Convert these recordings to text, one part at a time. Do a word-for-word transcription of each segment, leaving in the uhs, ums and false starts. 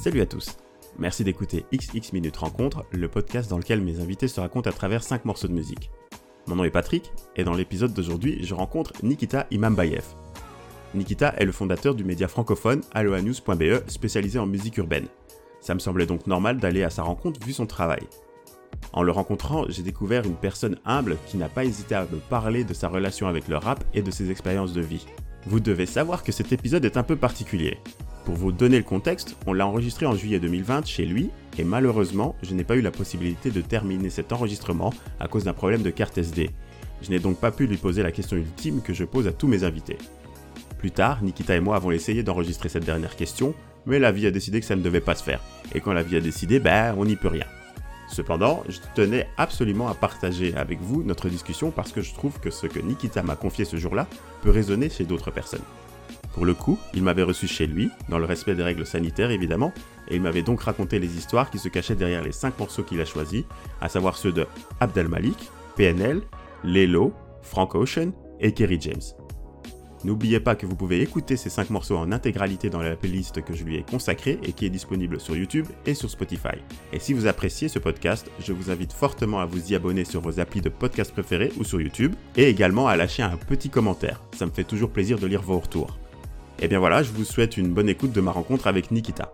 Salut à tous. Merci d'écouter X X Minutes Rencontre, le podcast dans lequel mes invités se racontent à travers cinq morceaux de musique. Mon nom est Patrick, et dans l'épisode d'aujourd'hui, je rencontre Nikita Imambayev. Nikita est le fondateur du média francophone alohanews point b e spécialisé en musique urbaine. Ça me semblait donc normal d'aller à sa rencontre vu son travail. En le rencontrant, j'ai découvert une personne humble qui n'a pas hésité à me parler de sa relation avec le rap et de ses expériences de vie. Vous devez savoir que cet épisode est un peu particulier. Pour vous donner le contexte, on l'a enregistré en juillet deux mille vingt chez lui et malheureusement, je n'ai pas eu la possibilité de terminer cet enregistrement à cause d'un problème de carte S D. Je n'ai donc pas pu lui poser la question ultime que je pose à tous mes invités. Plus tard, Nikita et moi avons essayé d'enregistrer cette dernière question, mais la vie a décidé que ça ne devait pas se faire. Et quand la vie a décidé, ben on n'y peut rien. Cependant, je tenais absolument à partager avec vous notre discussion parce que je trouve que ce que Nikita m'a confié ce jour-là peut résonner chez d'autres personnes. Pour le coup, il m'avait reçu chez lui, dans le respect des règles sanitaires évidemment, et il m'avait donc raconté les histoires qui se cachaient derrière les cinq morceaux qu'il a choisis, à savoir ceux de Abd El Malik, P N L, Lelo, Frank Ocean et Kerry James. N'oubliez pas que vous pouvez écouter ces cinq morceaux en intégralité dans la playlist que je lui ai consacrée et qui est disponible sur YouTube et sur Spotify. Et si vous appréciez ce podcast, je vous invite fortement à vous y abonner sur vos applis de podcast préférés ou sur YouTube, et également à lâcher un petit commentaire. Ça me fait toujours plaisir de lire vos retours. Et bien voilà, je vous souhaite une bonne écoute de ma rencontre avec Nikita.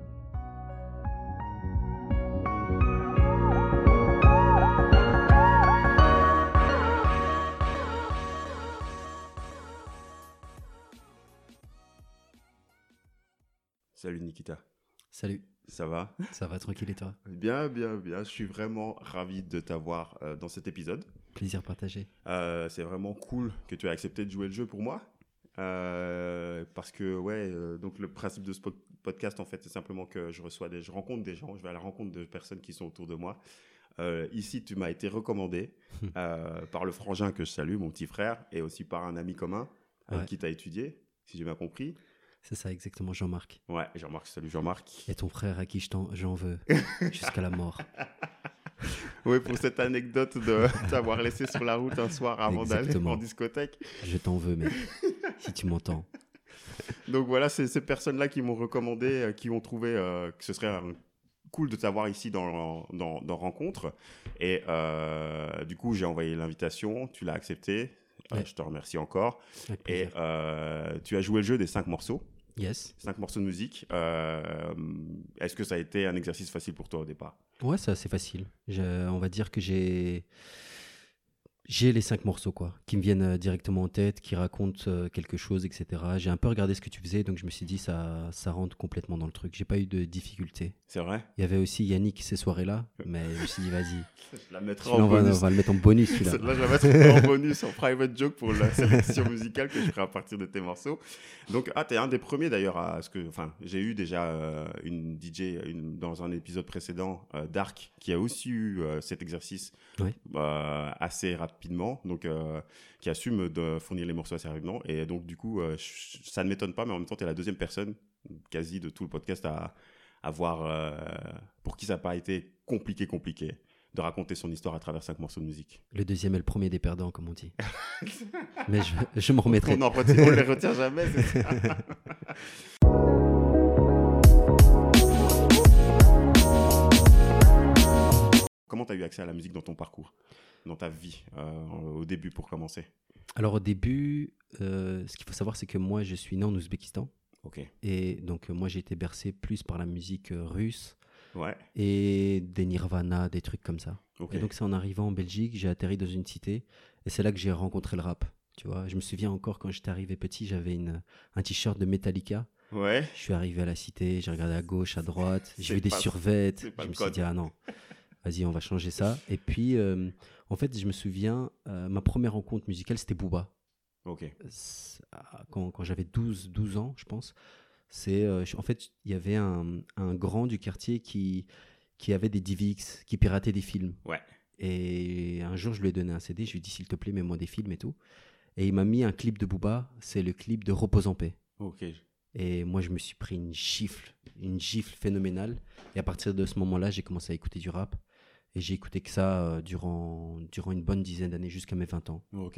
Salut Nikita. Salut. Ça va ? Ça va tranquille et toi ? Bien, bien, bien. Je suis vraiment ravi de t'avoir euh, dans cet épisode. Plaisir partagé. Euh, c'est vraiment cool que tu aies accepté de jouer le jeu pour moi. Euh, parce que, ouais, euh, donc le principe de ce po- podcast, en fait, c'est simplement que je reçois des, je rencontre des gens, je vais à la rencontre de personnes qui sont autour de moi. Euh, ici, tu m'as été recommandé euh, par le frangin que je salue, mon petit frère, et aussi par un ami commun avec Ouais. qui tu as étudié, si j'ai bien compris. C'est ça exactement, Jean-Marc. Ouais, Jean-Marc, salut Jean-Marc. Et ton frère à qui je t'en, j'en veux jusqu'à la mort. Oui, pour cette anecdote de t'avoir laissé sur la route un soir avant Exactement. d'aller en discothèque. Je t'en veux, mec, si tu m'entends. Donc voilà, c'est ces personnes-là qui m'ont recommandé, euh, qui ont trouvé euh, que ce serait un- cool de t'avoir ici dans, dans, dans Rencontre. Et euh, du coup, j'ai envoyé l'invitation, tu l'as accepté. Euh, Ouais. je te remercie encore. Avec Et plaisir. euh, tu as joué le jeu des cinq morceaux, Yes. cinq morceaux de musique. Euh, est-ce que ça a été un exercice facile pour toi au départ ? Ouais, c'est assez facile. Je- on va dire que j'ai... J'ai les cinq morceaux, quoi, qui me viennent euh, directement en tête, qui racontent euh, quelque chose, et cetera. J'ai un peu regardé ce que tu faisais, donc je me suis dit, ça, ça rentre complètement dans le truc. J'ai pas eu de difficultés. C'est vrai ? Il y avait aussi Yannick ces soirées-là, mais je me suis dit, vas-y. Je la mettrai Celui-là, en on, va, bonus. on va le mettre en bonus, celui-là. Là, je la mettrai en bonus, en private joke pour la sélection musicale que je ferai à partir de tes morceaux. Donc, ah, t'es un des premiers d'ailleurs à ce que, enfin, j'ai eu déjà euh, une D J une, dans un épisode précédent, euh, Dark, qui a aussi eu euh, cet exercice Ouais. euh, assez rapidement, donc euh, qui assume de fournir les morceaux assez rapidement. Et donc, du coup, euh, je- ça ne m'étonne pas, mais en même temps, t'es la deuxième personne, quasi de tout le podcast, à, à voir euh, pour qui ça n'a pas été compliqué, compliqué. De raconter son histoire à travers cinq morceaux de musique. Le deuxième est le premier des perdants, comme on dit. Mais je, je m'en remettrai. On ne retient, les retient jamais, c'est ça. Comment tu as eu accès à la musique dans ton parcours, dans ta vie, euh, au début pour commencer ? Alors au début, euh, ce qu'il faut savoir, c'est que moi, je suis né en Ouzbékistan. Ok. Et donc, euh, moi, j'ai été bercé plus par la musique euh, russe Ouais. et des Nirvana, des trucs comme ça. Ok. Et donc, c'est en arrivant en Belgique, j'ai atterri dans une cité. Et c'est là que j'ai rencontré le rap. Tu vois, je me souviens encore quand j'étais arrivé petit, j'avais une, un t-shirt de Metallica. Ouais. Je suis arrivé à la cité, j'ai regardé à gauche, à droite, j'ai C'est vu des pas- survêtes. c'est pas Je le me suis code. dit, ah non, vas-y, on va changer ça. Et puis, euh, en fait, je me souviens, euh, ma première rencontre musicale, c'était Booba. Ok. C'est- ah, Quand, quand j'avais douze, douze ans, je pense. C'est, euh, je- en fait, il y avait un, un grand du quartier qui, qui avait des D V X, qui piratait des films. Ouais. Et un jour, je lui ai donné un C D, je lui ai dit, s'il te plaît, mets-moi des films et tout. Et il m'a mis un clip de Booba, c'est le clip de Repose en paix. Ok. Et moi, je me suis pris une gifle, une gifle phénoménale. Et à partir de ce moment-là, j'ai commencé à écouter du rap. Et j'ai écouté que ça euh, durant, durant une bonne dizaine d'années, jusqu'à mes vingt ans. Ok.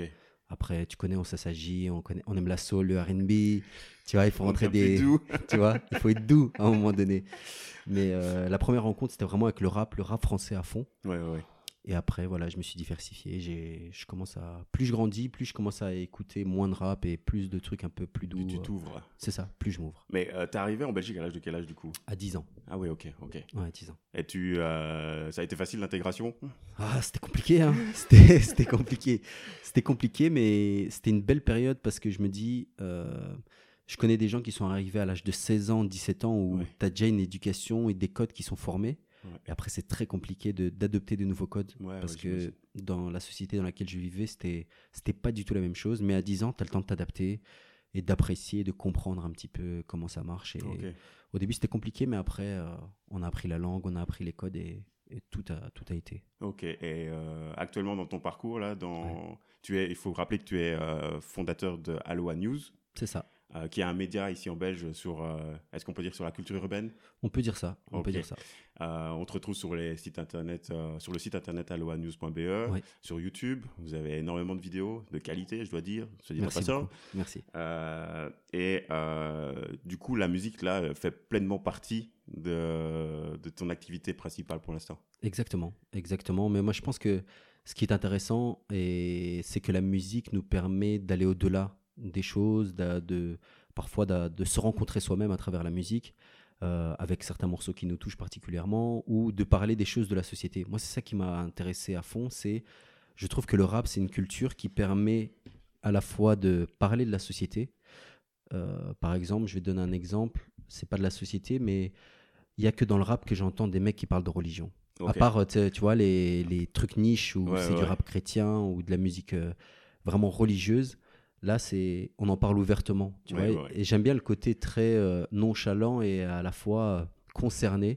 Après, tu connais, on s'assagit, on, connaît, on aime la soul, le R and B. Tu vois, il faut rentrer des... Doux. Tu vois, il faut être doux à un moment donné. Mais euh, la première rencontre, c'était vraiment avec le rap, le rap français à fond. Ouais, ouais, ouais. Et après, voilà, je me suis diversifié. J'ai, je commence à, plus je grandis, plus je commence à écouter moins de rap et plus de trucs un peu plus doux. Tu t'ouvres. C'est ça, plus je m'ouvre. Mais euh, t'es arrivé en Belgique à l'âge de quel âge du coup? À dix ans. Ah ouais, ok, ok. Ouais, dix ans. Et tu, euh, ça a été facile l'intégration? Ah, c'était compliqué, hein. c'était, c'était compliqué. C'était compliqué, mais c'était une belle période parce que je me dis, euh, je connais des gens qui sont arrivés à l'âge de seize ans, dix-sept ans où Ouais. tu as déjà une éducation et des codes qui sont formés. Ouais. Et après, c'est très compliqué de, d'adopter de nouveaux codes Ouais, parce ouais, que j'imagine. dans la société dans laquelle je vivais, c'était, c'était pas du tout la même chose. Mais à dix ans, tu as le temps de t'adapter et d'apprécier, de comprendre un petit peu comment ça marche. Et Ok. au début, c'était compliqué, mais après, euh, on a appris la langue, on a appris les codes et, et tout, a, tout a été. Ok. Et euh, actuellement dans ton parcours là, dans, ouais. tu es, il faut rappeler que tu es euh, fondateur de Aloha News. C'est ça. Euh, qui est un média ici en Belge sur, euh, est-ce qu'on peut dire sur la culture urbaine? On peut dire ça, on okay. peut dire ça. Euh, on te retrouve sur, les sites internet, euh, sur le site internet aloha news point b e, Oui. sur YouTube. Vous avez énormément de vidéos de qualité, je dois dire. Je dis Merci pas beaucoup. ça. Merci. Euh, et euh, du coup, la musique là fait pleinement partie de, de ton activité principale pour l'instant. Exactement, exactement. Mais moi, je pense que ce qui est intéressant, et c'est que la musique nous permet d'aller au-delà des choses, de, de, parfois de, de se rencontrer soi-même à travers la musique, euh, avec certains morceaux qui nous touchent particulièrement, ou de parler des choses de la société. Moi, c'est ça qui m'a intéressé à fond. C'est, je trouve que le rap, c'est une culture qui permet à la fois de parler de la société. Euh, par exemple, je vais te donner un exemple. C'est pas de la société, mais il y a que dans le rap que j'entends des mecs qui parlent de religion. Okay. À part, tu vois, les, les trucs niches où ouais, c'est ouais. du rap chrétien ou de la musique euh, vraiment religieuse. Là, c'est, on en parle ouvertement, tu ouais, vois. Ouais. Et j'aime bien le côté très euh, nonchalant et à la fois euh, concerné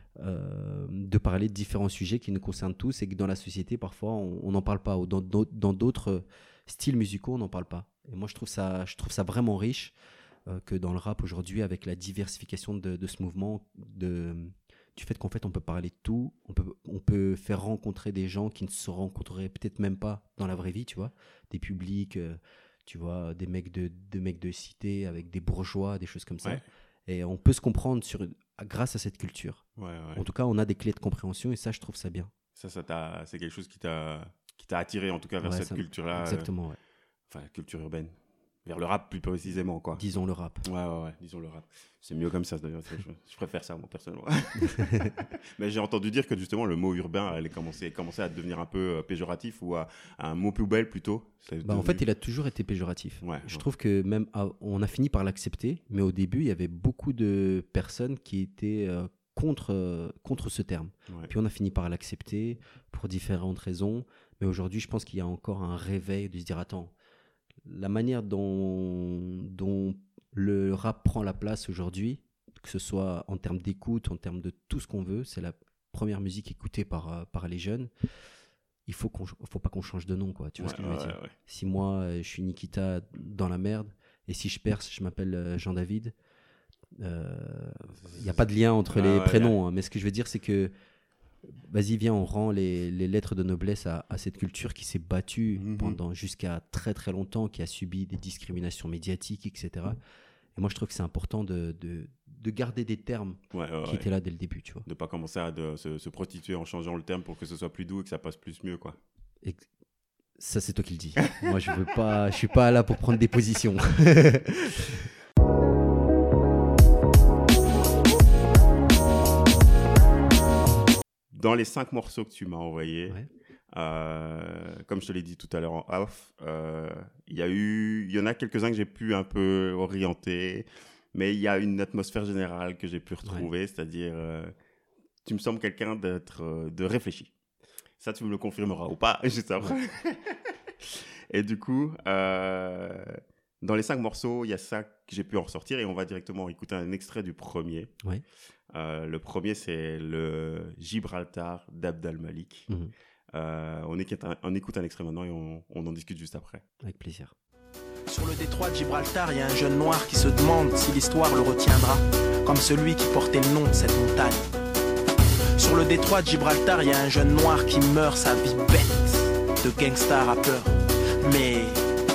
euh, de parler de différents sujets qui nous concernent tous et que dans la société, parfois, on n'en parle pas. Ou dans, dans d'autres styles musicaux, on n'en parle pas. Et moi, je trouve ça, je trouve ça vraiment riche euh, que dans le rap aujourd'hui, avec la diversification de, de ce mouvement, de, du fait qu'en fait, on peut parler de tout, on peut, on peut faire rencontrer des gens qui ne se rencontreraient peut-être même pas dans la vraie vie, tu vois, des publics... Euh, tu vois, des mecs de, de mecs de cité avec des bourgeois, des choses comme ça. Ouais. Et on peut se comprendre sur, grâce à cette culture. Ouais, ouais. En tout cas, on a des clés de compréhension et ça, je trouve ça bien. Ça, ça t'a, c'est quelque chose qui t'a, qui t'a attiré, en tout cas, vers ouais, cette ça, culture-là. Exactement, euh, ouais. Enfin, culture urbaine. Vers le rap, plus précisément, quoi. Disons le rap. Ouais, ouais, ouais, disons le rap. C'est mieux comme ça, d'ailleurs. Je, je préfère ça, moi, personnellement. Mais j'ai entendu dire que, justement, le mot urbain allait commencer, commencer à devenir un peu euh, péjoratif ou à, à un mot poubelle, plutôt. Bah, devenu... En fait, il a toujours été péjoratif. Ouais, je ouais. trouve que même, à, on a fini par l'accepter, mais au début, il y avait beaucoup de personnes qui étaient euh, contre, euh, contre ce terme. Ouais. Puis on a fini par l'accepter pour différentes raisons. Mais aujourd'hui, je pense qu'il y a encore un réveil de se dire, attends, la manière dont, dont le rap prend la place aujourd'hui, que ce soit en termes d'écoute, en termes de tout ce qu'on veut, c'est la première musique écoutée par, par les jeunes. Il faut qu'on, faut pas qu'on change de nom, quoi. Tu vois ouais, ce que je veux ouais, dire? Ouais. Si moi, je suis Nikita dans la merde, et si je perce, je m'appelle Jean-David, il euh, n'y a pas de lien entre ah, les ouais, prénoms. Ouais. Hein, mais ce que je veux dire, c'est que vas-y, viens, on rend les, les lettres de noblesse à, à cette culture qui s'est battue mm-hmm. pendant jusqu'à très très longtemps, qui a subi des discriminations médiatiques, et cetera. Et moi, je trouve que c'est important de, de, de garder des termes ouais, ouais, qui ouais. étaient là dès le début, tu vois. De ne pas commencer à de, se, se prostituer en changeant le terme pour que ce soit plus doux et que ça passe plus mieux, quoi. Et ça, c'est toi qui le dis. Moi, je veux pas, je suis pas là pour prendre des positions. Dans les cinq morceaux que tu m'as envoyés, ouais. euh, comme je te l'ai dit tout à l'heure en off, euh, il y a eu, il y en a quelques-uns que j'ai pu un peu orienter, mais il y a une atmosphère générale que j'ai pu retrouver, ouais. c'est-à-dire, euh, tu me sembles quelqu'un d'être, euh, de réfléchi. Ça, tu me le confirmeras ou pas, juste après. Ouais. Et du coup, euh, dans les cinq morceaux, il y a ça que j'ai pu en ressortir et on va directement écouter un extrait du premier. Ouais. Euh, le premier, c'est le Gibraltar d'Abd al-Malik. Mmh. Euh, on, écoute un, on écoute un extrait maintenant et on, on en discute juste après. Avec plaisir. Sur le détroit de Gibraltar, il y a un jeune noir qui se demande si l'histoire le retiendra, comme celui qui portait le nom de cette montagne. Sur le détroit de Gibraltar, il y a un jeune noir qui meurt sa vie bête de gangsta rappeur. Mais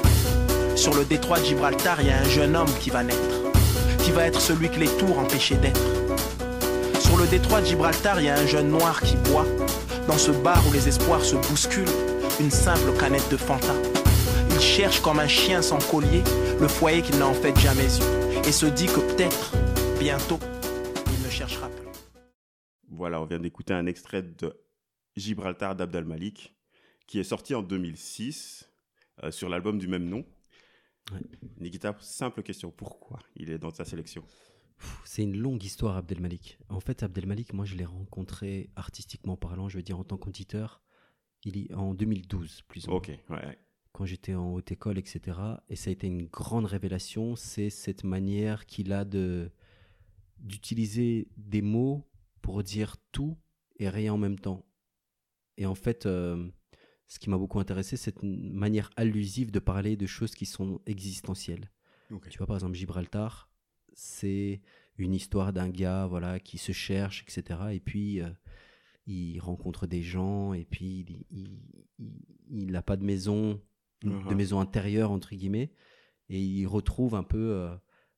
Sur le détroit de Gibraltar, il y a un jeune homme qui va naître, qui va être celui que les tours empêchaient d'être. Sur le détroit de Gibraltar, il y a un jeune noir qui boit, dans ce bar où les espoirs se bousculent, une simple canette de Fanta. Il cherche comme un chien sans collier le foyer qu'il n'a en fait jamais eu, et se dit que peut-être, bientôt, il ne cherchera plus. Voilà, on vient d'écouter un extrait de Gibraltar d'Abd al-Malik, qui est sorti en deux mille six euh, sur l'album du même nom. Ouais. Nikita, simple question, pourquoi il est dans ta sélection? C'est une longue histoire, Abd el-Malik. En fait, Abd el-Malik, moi, je l'ai rencontré artistiquement parlant, je veux dire en tant qu'auditeur, il y, en deux mille douze, plus ou moins. Ok, ouais. Quand j'étais en haute école, et cetera. Et ça a été une grande révélation, c'est cette manière qu'il a de, d'utiliser des mots pour dire tout et rien en même temps. Et en fait... Euh, ce qui m'a beaucoup intéressé, c'est une manière allusive de parler de choses qui sont existentielles. Okay. Tu vois, par exemple, Gibraltar, c'est une histoire d'un gars voilà, qui se cherche, et cetera. Et puis, euh, il rencontre des gens, et puis il n'a pas de maison, uh-huh. de maison intérieure, entre guillemets, et il retrouve un peu euh,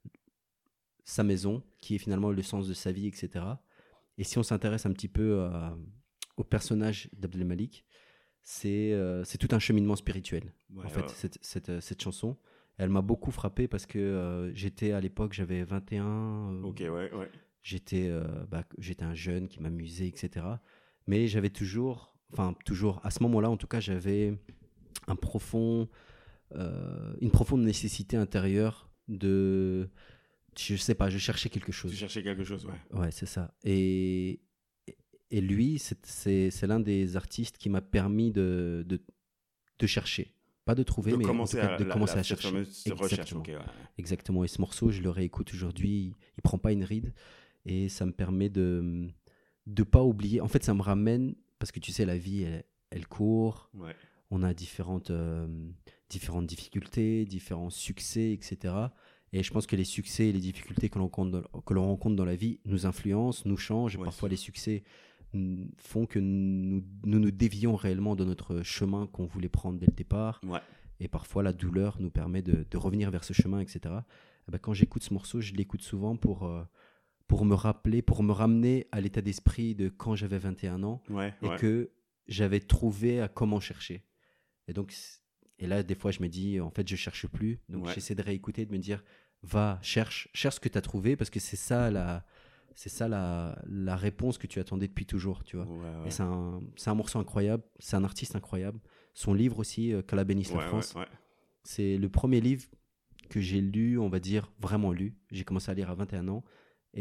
sa maison, qui est finalement le sens de sa vie, et cetera. Et si on s'intéresse un petit peu euh, au personnage d'Abd el-Malik, C'est, euh, c'est tout un cheminement spirituel, ouais, en fait, ouais. cette, cette, cette chanson. Elle m'a beaucoup frappé parce que euh, j'étais, à l'époque, j'avais vingt et un. Euh, ok, ouais, ouais. J'étais, euh, bah, j'étais un jeune qui m'amusait, et cetera. Mais j'avais toujours, enfin, toujours, à ce moment-là, en tout cas, j'avais un profond, euh, une profonde nécessité intérieure de... Je sais pas, je cherchais quelque chose. Tu cherchais quelque chose, ouais. Ouais, c'est ça. Et... Et lui, c'est, c'est, c'est l'un des artistes qui m'a permis de, de, de chercher. Pas de trouver, de mais commencer en tout cas, de à, commencer la, à chercher. Exactement. Recherche, okay, ouais. Exactement. Et ce morceau, je le réécoute aujourd'hui. Il ne prend pas une ride. Et ça me permet de ne pas oublier. En fait, ça me ramène... Parce que tu sais, la vie, elle, elle court. Ouais. On a différentes, euh, différentes difficultés, différents succès, et cetera. Et je pense que les succès et les difficultés que l'on rencontre dans, que l'on rencontre dans la vie nous influencent, nous changent. Et ouais, parfois, les succès... font que nous, nous nous dévions réellement de notre chemin qu'on voulait prendre dès le départ. Ouais. Et parfois, la douleur nous permet de, de revenir vers ce chemin, et cetera. Et ben, quand j'écoute ce morceau, je l'écoute souvent pour, euh, pour me rappeler, pour me ramener à l'état d'esprit de quand j'avais vingt et un ans ouais, et ouais. que j'avais trouvé à comment chercher. Et donc, et là, des fois, je me dis, en fait, je cherche plus. Donc, ouais. j'essaie de réécouter, de me dire, va, cherche, cherche ce que tu as trouvé parce que c'est ça la... C'est ça la, la réponse que tu attendais depuis toujours, tu vois. Ouais, ouais. Et c'est un, c'est un morceau incroyable, c'est un artiste incroyable. Son livre aussi, euh, Qu'Allah bénisse la ouais, France, ouais, ouais. c'est le premier livre que j'ai lu, on va dire, vraiment lu. J'ai commencé à lire à vingt et un ans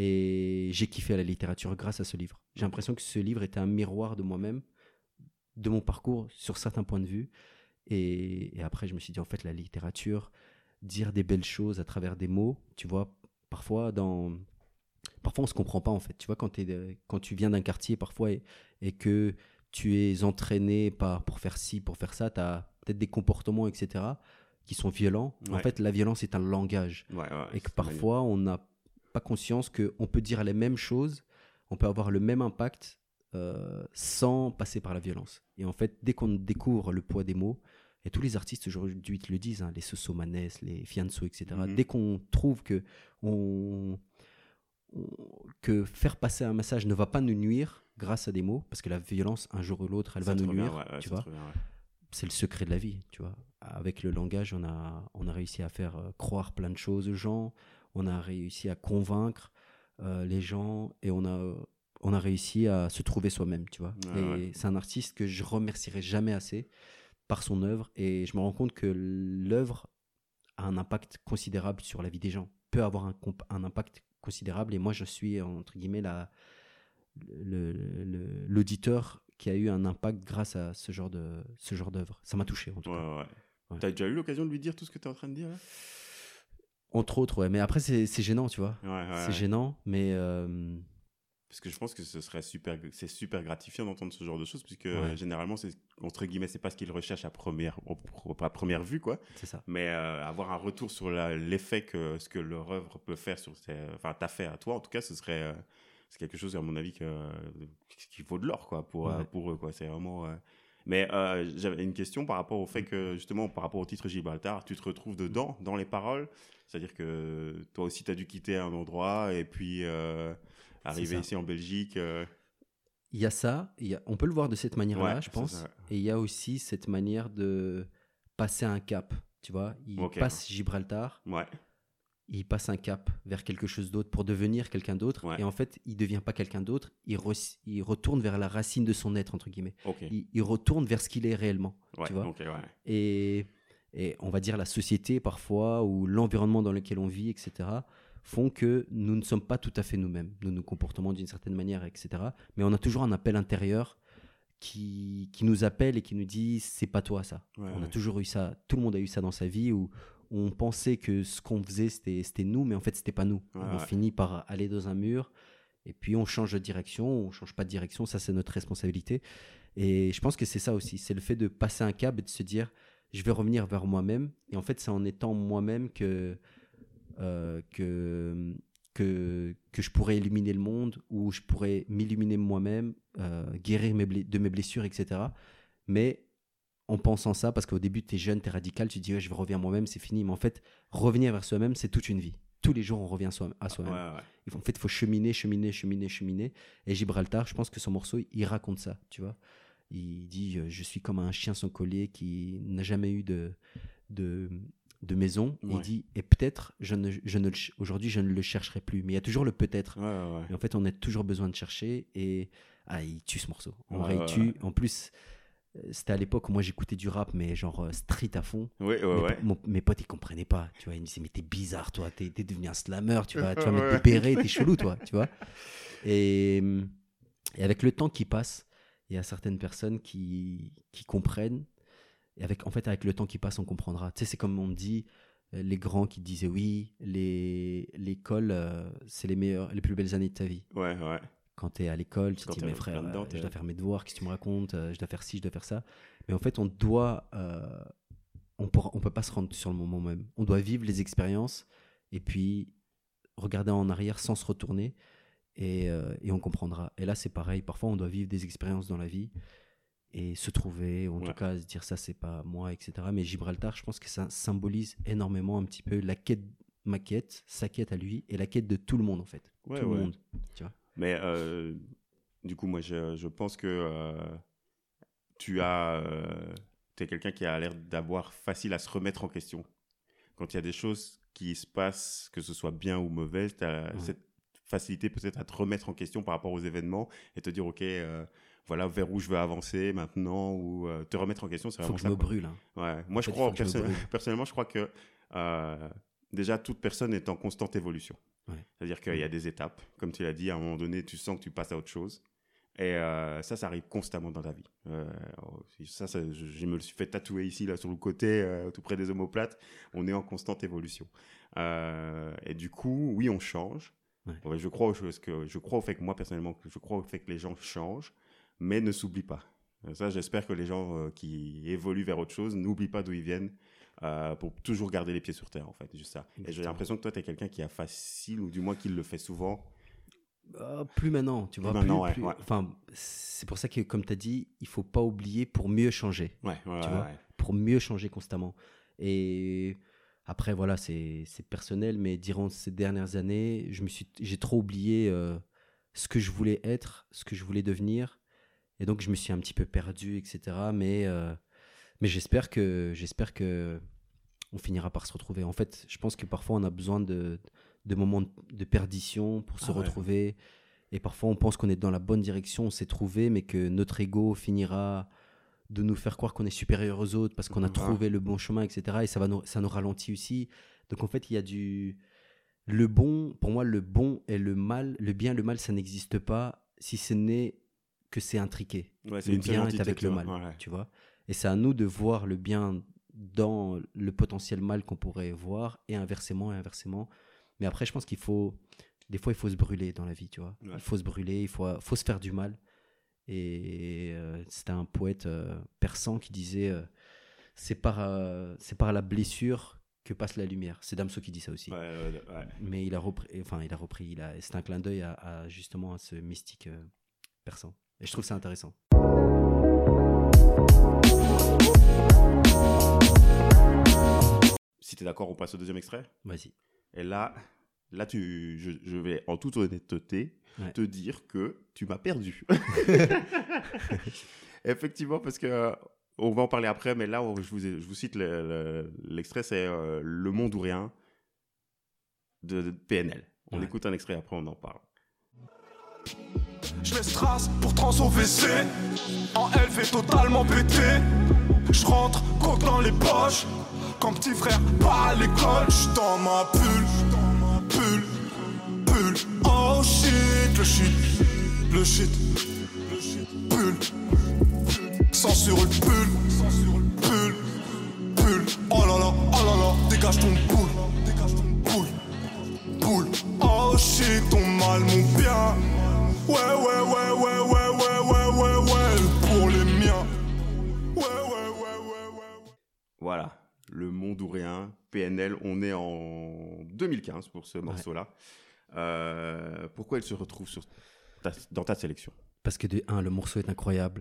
et j'ai kiffé à la littérature grâce à ce livre. J'ai l'impression que ce livre était un miroir de moi-même, de mon parcours sur certains points de vue. Et, et après, je me suis dit, en fait, la littérature, dire des belles choses à travers des mots, tu vois, parfois dans... Parfois, on ne se comprend pas, en fait. Tu vois, quand, t'es, quand tu viens d'un quartier, parfois, et, et que tu es entraîné par, pour faire ci, pour faire ça, tu as peut-être des comportements, et cetera, qui sont violents. Ouais. En fait, la violence est un langage. Ouais, ouais, et que parfois, on n'a pas conscience qu'on peut dire les mêmes choses, on peut avoir le même impact euh, sans passer par la violence. Et en fait, dès qu'on découvre le poids des mots, et tous les artistes aujourd'hui le disent, hein, les Sosomanes, les Fianso, et cetera, mm-hmm. dès qu'on trouve que on... que faire passer un message ne va pas nous nuire grâce à des mots, parce que la violence, un jour ou l'autre, elle ça va nous nuire, bien, ouais, ouais, tu vois. Bien, ouais. C'est le secret de la vie, tu vois. Avec le langage, on a, on a réussi à faire euh, croire plein de choses aux gens, on a réussi à convaincre euh, les gens, et on a, on a réussi à se trouver soi-même, tu vois. Ouais, et ouais. c'est un artiste que je remercierai jamais assez par son œuvre, et je me rends compte que l'œuvre a un impact considérable sur la vie des gens, peut avoir un, un impact considérable, et moi je suis entre guillemets la, le, le, l'auditeur qui a eu un impact grâce à ce genre, de, ce genre d'œuvre. Ça m'a touché en tout ouais, cas. Ouais. Ouais. T'as déjà eu l'occasion de lui dire tout ce que tu es en train de dire là ? Entre autres, ouais, mais après c'est, c'est gênant, tu vois. Ouais, ouais, c'est ouais. gênant, mais... Euh... Parce que je pense que ce serait super, c'est super gratifiant d'entendre ce genre de choses, puisque ouais. euh, généralement, c'est, entre guillemets, c'est pas ce qu'ils recherchent à première, à première vue, quoi. C'est ça. Mais euh, avoir un retour sur la, l'effet que ce que leur œuvre peut faire sur, ses, enfin, t'as fait à toi, en tout cas, ce serait, euh, c'est quelque chose, à mon avis, que, qui vaut de l'or, quoi, pour, ouais. euh, pour eux, quoi. C'est vraiment. Euh... Mais euh, j'avais une question par rapport au fait que, justement, par rapport au titre Gibraltar, tu te retrouves dedans, dans les paroles. C'est-à-dire que toi aussi, tu as dû quitter un endroit et puis euh, arriver ici en Belgique. Euh... Il y a ça, il y a, on peut le voir de cette manière-là, ouais, je pense. Ça. Et il y a aussi cette manière de passer un cap, tu vois. Il okay. passe Gibraltar, ouais. il passe un cap vers quelque chose d'autre pour devenir quelqu'un d'autre. Ouais. Et en fait, il ne devient pas quelqu'un d'autre, il, re, il retourne vers la racine de son être, entre guillemets. Okay. Il, il retourne vers ce qu'il est réellement, ouais, tu vois. Okay, ouais. Et, et on va dire la société, parfois, ou l'environnement dans lequel on vit, et cetera, font que nous ne sommes pas tout à fait nous-mêmes. Nous nous comportons d'une certaine manière, et cetera. Mais on a toujours un appel intérieur qui, qui nous appelle et qui nous dit « c'est pas toi ça ouais, ». On ouais. a toujours eu ça, tout le monde a eu ça dans sa vie, où on pensait que ce qu'on faisait, c'était, c'était nous, mais en fait, c'était pas nous. Ouais, on ouais. finit par aller dans un mur, et puis on change de direction, on change pas de direction, ça c'est notre responsabilité. Et je pense que c'est ça aussi, c'est le fait de passer un cap et de se dire « je vais revenir vers moi-même ». Et en fait, c'est en étant moi-même que... Euh, que, que, que je pourrais illuminer le monde, ou je pourrais m'illuminer moi-même, euh, guérir mes ble- de mes blessures, et cetera. Mais en pensant ça, parce qu'au début, tu es jeune, tu es radical, tu te dis ouais, « je reviens à moi-même, c'est fini ». Mais en fait, revenir vers soi-même, c'est toute une vie. Tous les jours, on revient soi- à soi-même. Ouais, ouais. En fait, il faut cheminer, cheminer, cheminer, cheminer. Et Gibraltar, je pense que son morceau, il raconte ça, tu vois. Il dit « je suis comme un chien sans collier qui n'a jamais eu de... de de maison, ouais. Il dit et peut-être je ne, je ne aujourd'hui je ne le chercherai plus, mais il y a toujours le peut-être. Ouais, ouais. Et en fait, on a toujours besoin de chercher. Et ah, il tue ce morceau. En ouais, vrai, il ouais, tue. Ouais. En plus, c'était à l'époque où moi j'écoutais du rap, mais genre street à fond. Oui, ouais, mes, ouais. Mon, mes potes ils comprenaient pas. Tu vois, ils me disaient mais t'es bizarre, toi. T'es, t'es devenu un slammer. Tu vas, tu vas mettre des bérets. T'es chelou, toi. Tu vois. Et, et avec le temps qui passe, il y a certaines personnes qui qui comprennent. Et avec, en fait, avec le temps qui passe, on comprendra. Tu sais, c'est comme on dit. Les grands qui disaient oui, les, l'école, euh, c'est les meilleures, les plus belles années de ta vie. Ouais, ouais. Quand tu es à l'école, tu Quand te dis, mes frères, dedans, euh, je dois faire mes devoirs, qu'est-ce que tu me racontes, euh, je dois faire ci, je dois faire ça. Mais en fait, on doit, euh, on pourra, on peut pas se rendre sur le moment même. On doit vivre les expériences et puis regarder en arrière sans se retourner et, euh, et on comprendra. Et là, c'est pareil. Parfois, on doit vivre des expériences dans la vie et se trouver, ou en ouais. tout cas se dire ça c'est pas moi, et cetera. Mais Gibraltar, je pense que ça symbolise énormément un petit peu la quête, ma quête, sa quête à lui, et la quête de tout le monde en fait, ouais, tout ouais. le monde, tu vois. Mais euh, du coup, moi je, je pense que euh, tu as, euh, t'es quelqu'un qui a l'air d'avoir facile à se remettre en question. Quand il y a des choses qui se passent, que ce soit bien ou mauvais, tu as ouais. cette facilité peut-être à te remettre en question par rapport aux événements et te dire ok. Euh, Voilà vers où je veux avancer maintenant, ou euh, te remettre en question, c'est vraiment ça. Faut que je me brûle. Hein. Ouais. Moi, en je fait, crois, que perso- je personnellement, je crois que euh, déjà, toute personne est en constante évolution. Ouais. C'est-à-dire qu'il y a des étapes. Comme tu l'as dit, à un moment donné, tu sens que tu passes à autre chose. Et euh, ça, ça arrive constamment dans ta vie. Euh, ça, ça je, je me le suis fait tatouer ici, là, sur le côté, euh, tout près des omoplates. On est en constante évolution. Euh, et du coup, oui, on change. Ouais. Ouais, je, crois au, que, je crois au fait que moi, personnellement, je crois au fait que les gens changent. Mais ne s'oublie pas. Ça, j'espère que les gens euh, qui évoluent vers autre chose n'oublient pas d'où ils viennent euh, pour toujours garder les pieds sur terre, en fait. Juste ça. Exactement. Et j'ai l'impression que toi, tu es quelqu'un qui a facile, ou du moins qui le fait souvent. Euh, plus maintenant, tu vois. Plus maintenant, plus, ouais, plus, ouais. Enfin, c'est pour ça que, comme tu as dit, il ne faut pas oublier pour mieux changer. Ouais, ouais, tu ouais, vois, ouais. Pour mieux changer constamment. Et après, voilà, c'est, c'est personnel, mais durant ces dernières années, je me suis, j'ai trop oublié euh, ce que je voulais être, ce que je voulais devenir. Et donc, je me suis un petit peu perdu, et cetera. Mais, euh, mais j'espère que, j'espère que on finira par se retrouver. En fait, je pense que parfois, on a besoin de, de moments de perdition pour se Ah ouais. retrouver. Et parfois, on pense qu'on est dans la bonne direction, on s'est trouvé, mais que notre ego finira de nous faire croire qu'on est supérieur aux autres parce qu'on a Ah. trouvé le bon chemin, et cetera. Et ça, va nous, ça nous ralentit aussi. Donc, en fait, il y a du... Le bon, pour moi, le bon et le mal, le bien et le mal, ça n'existe pas si ce n'est que c'est intriqué. Ouais, c'est le une bien entité, est avec le vois. mal, Ouais. tu vois. Et c'est à nous de voir le bien dans le potentiel mal qu'on pourrait voir, et inversement, et inversement. Mais après, je pense qu'il faut... Des fois, il faut se brûler dans la vie, tu vois. Ouais. Il faut se brûler, il faut, faut se faire du mal. Et euh, c'était un poète euh, persan qui disait euh, c'est, par, euh, c'est par la blessure que passe la lumière. C'est Damso qui dit ça aussi. Ouais, ouais, ouais. Mais il a repris, enfin, il a repris, il a, c'est un clin d'œil à, à justement à ce mystique euh, persan. Et je trouve ça intéressant. d'accord, on passe au deuxième extrait ? Vas-y. Et là, là tu, je, je vais en toute honnêteté ouais. te dire que tu m'as perdu. Effectivement, parce que euh, on va en parler après, mais là, je vous, ai, je vous cite le, le, l'extrait, c'est euh, Le Monde ou Rien de, de P N L. On ouais. écoute un extrait, après on en parle. Je laisse trace pour trans au V C. En L fait totalement pété. Je rentre, coque dans les poches. Quand petit frère pas à l'école. J'suis dans ma bulle, bulle, bulle. Oh shit, le shit, le shit, le shit, bulle. Censure le bulle, bulle, bulle. Oh là là, oh là là, dégage ton boule, dégage ton boule, boule. Oh shit, ton mal, mon bien. Ouais, ouais, ouais, ouais, ouais, ouais, ouais, ouais, ouais, pour les miens. Ouais, ouais, ouais, ouais, ouais. Voilà, Le Monde ou Rien, P N L, on est en deux mille quinze pour ce morceau-là. Ouais. Euh, pourquoi il se retrouve sur ta, dans ta sélection ? Parce que de un, le morceau est incroyable.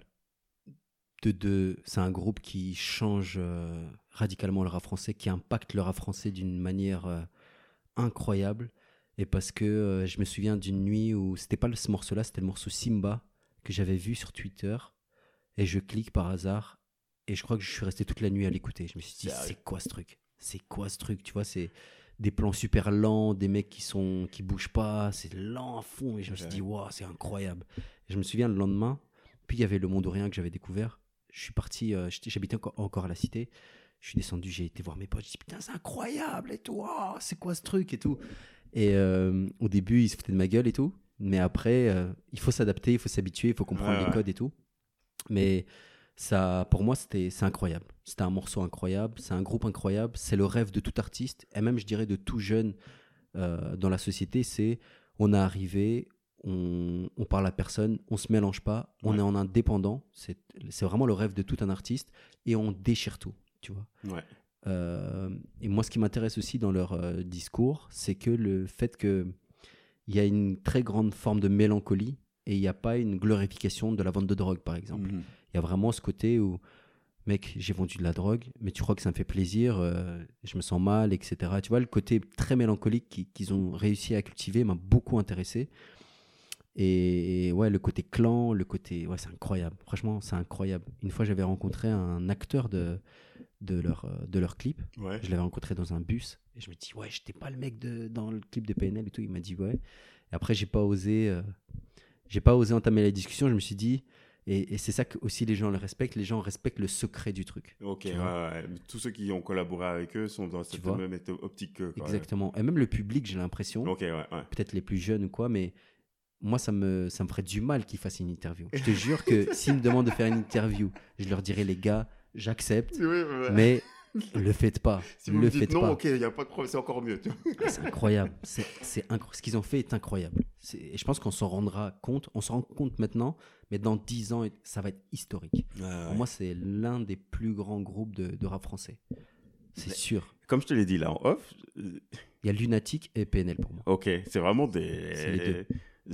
De deux, c'est un groupe qui change euh, radicalement le rap français, qui impacte le rap français d'une manière euh, incroyable. Et parce que euh, je me souviens d'une nuit où c'était pas ce morceau-là, c'était le morceau Simba que j'avais vu sur Twitter. Et je clique par hasard. Et je crois que je suis resté toute la nuit à l'écouter. Je me suis dit, c'est, c'est quoi ce truc ? C'est quoi ce truc ? Tu vois, c'est des plans super lents, des mecs qui sont qui bougent pas, c'est lent à fond. Et je me suis dit, waouh, c'est incroyable. Et je me souviens le lendemain, puis il y avait Le Monde ou Rien que j'avais découvert. Je suis parti, euh, j'habitais encore, encore à la Cité. Je suis descendu, j'ai été voir mes potes. Je dis, putain, c'est incroyable et tout. Oh, c'est quoi ce truc et tout. Et euh, au début, ils se foutaient de ma gueule et tout. Mais après, euh, il faut s'adapter, il faut s'habituer, il faut comprendre ouais, les ouais. codes et tout. Mais ça, pour moi, c'était, c'est incroyable. C'était un morceau incroyable, c'est un groupe incroyable. C'est le rêve de tout artiste, et même, je dirais, de tout jeune euh, dans la société. C'est, on est arrivé, on, on parle à personne, on ne se mélange pas, on ouais. est en indépendant. C'est, c'est vraiment le rêve de tout un artiste. Et on déchire tout, tu vois. Ouais. Euh, et moi, ce qui m'intéresse aussi dans leur euh, discours, c'est que le fait qu'il y a une très grande forme de mélancolie et il n'y a pas une glorification de la vente de drogue, par exemple. Il mmh. y a vraiment ce côté où, mec, j'ai vendu de la drogue, mais tu crois que ça me fait plaisir, euh, je me sens mal, et cetera. Tu vois, le côté très mélancolique qu'ils, qu'ils ont réussi à cultiver m'a beaucoup intéressé. Et ouais, le côté clan, le côté... Ouais, c'est incroyable. Franchement, c'est incroyable. Une fois, j'avais rencontré un acteur de... de leur, de leur clip. Ouais. Je l'avais rencontré dans un bus et je me dis ouais, j'étais pas le mec de, dans le clip de P N L et tout. Il m'a dit ouais. Et après, j'ai pas osé, euh, j'ai pas osé entamer la discussion. Je me suis dit, et, et c'est ça que aussi les gens le respectent. Les gens respectent le secret du truc. Ok, ouais, ouais. Tous ceux qui ont collaboré avec eux sont dans cette même optique que. Exactement. Même. Et même le public, j'ai l'impression. Ok, ouais, ouais. Peut-être les plus jeunes ou quoi, mais. Moi, ça me, ça me ferait du mal qu'ils fassent une interview. Je te jure que s'ils me demandent de faire une interview, je leur dirais, les gars, j'accepte, oui, ouais. mais le faites pas. Si vous le me dites faites non, pas. ok, il n'y a pas de problème, c'est encore mieux. Tu vois. C'est incroyable. C'est, c'est incro- Ce qu'ils ont fait est incroyable. C'est, et je pense qu'on s'en rendra compte. On s'en rend compte maintenant, mais dans dix ans, ça va être historique. Ah, ouais. Pour moi, c'est l'un des plus grands groupes de, de rap français. C'est mais, sûr. Comme je te l'ai dit là en off. Il y a Lunatic et P N L pour moi. Ok, c'est vraiment des. C'est les deux.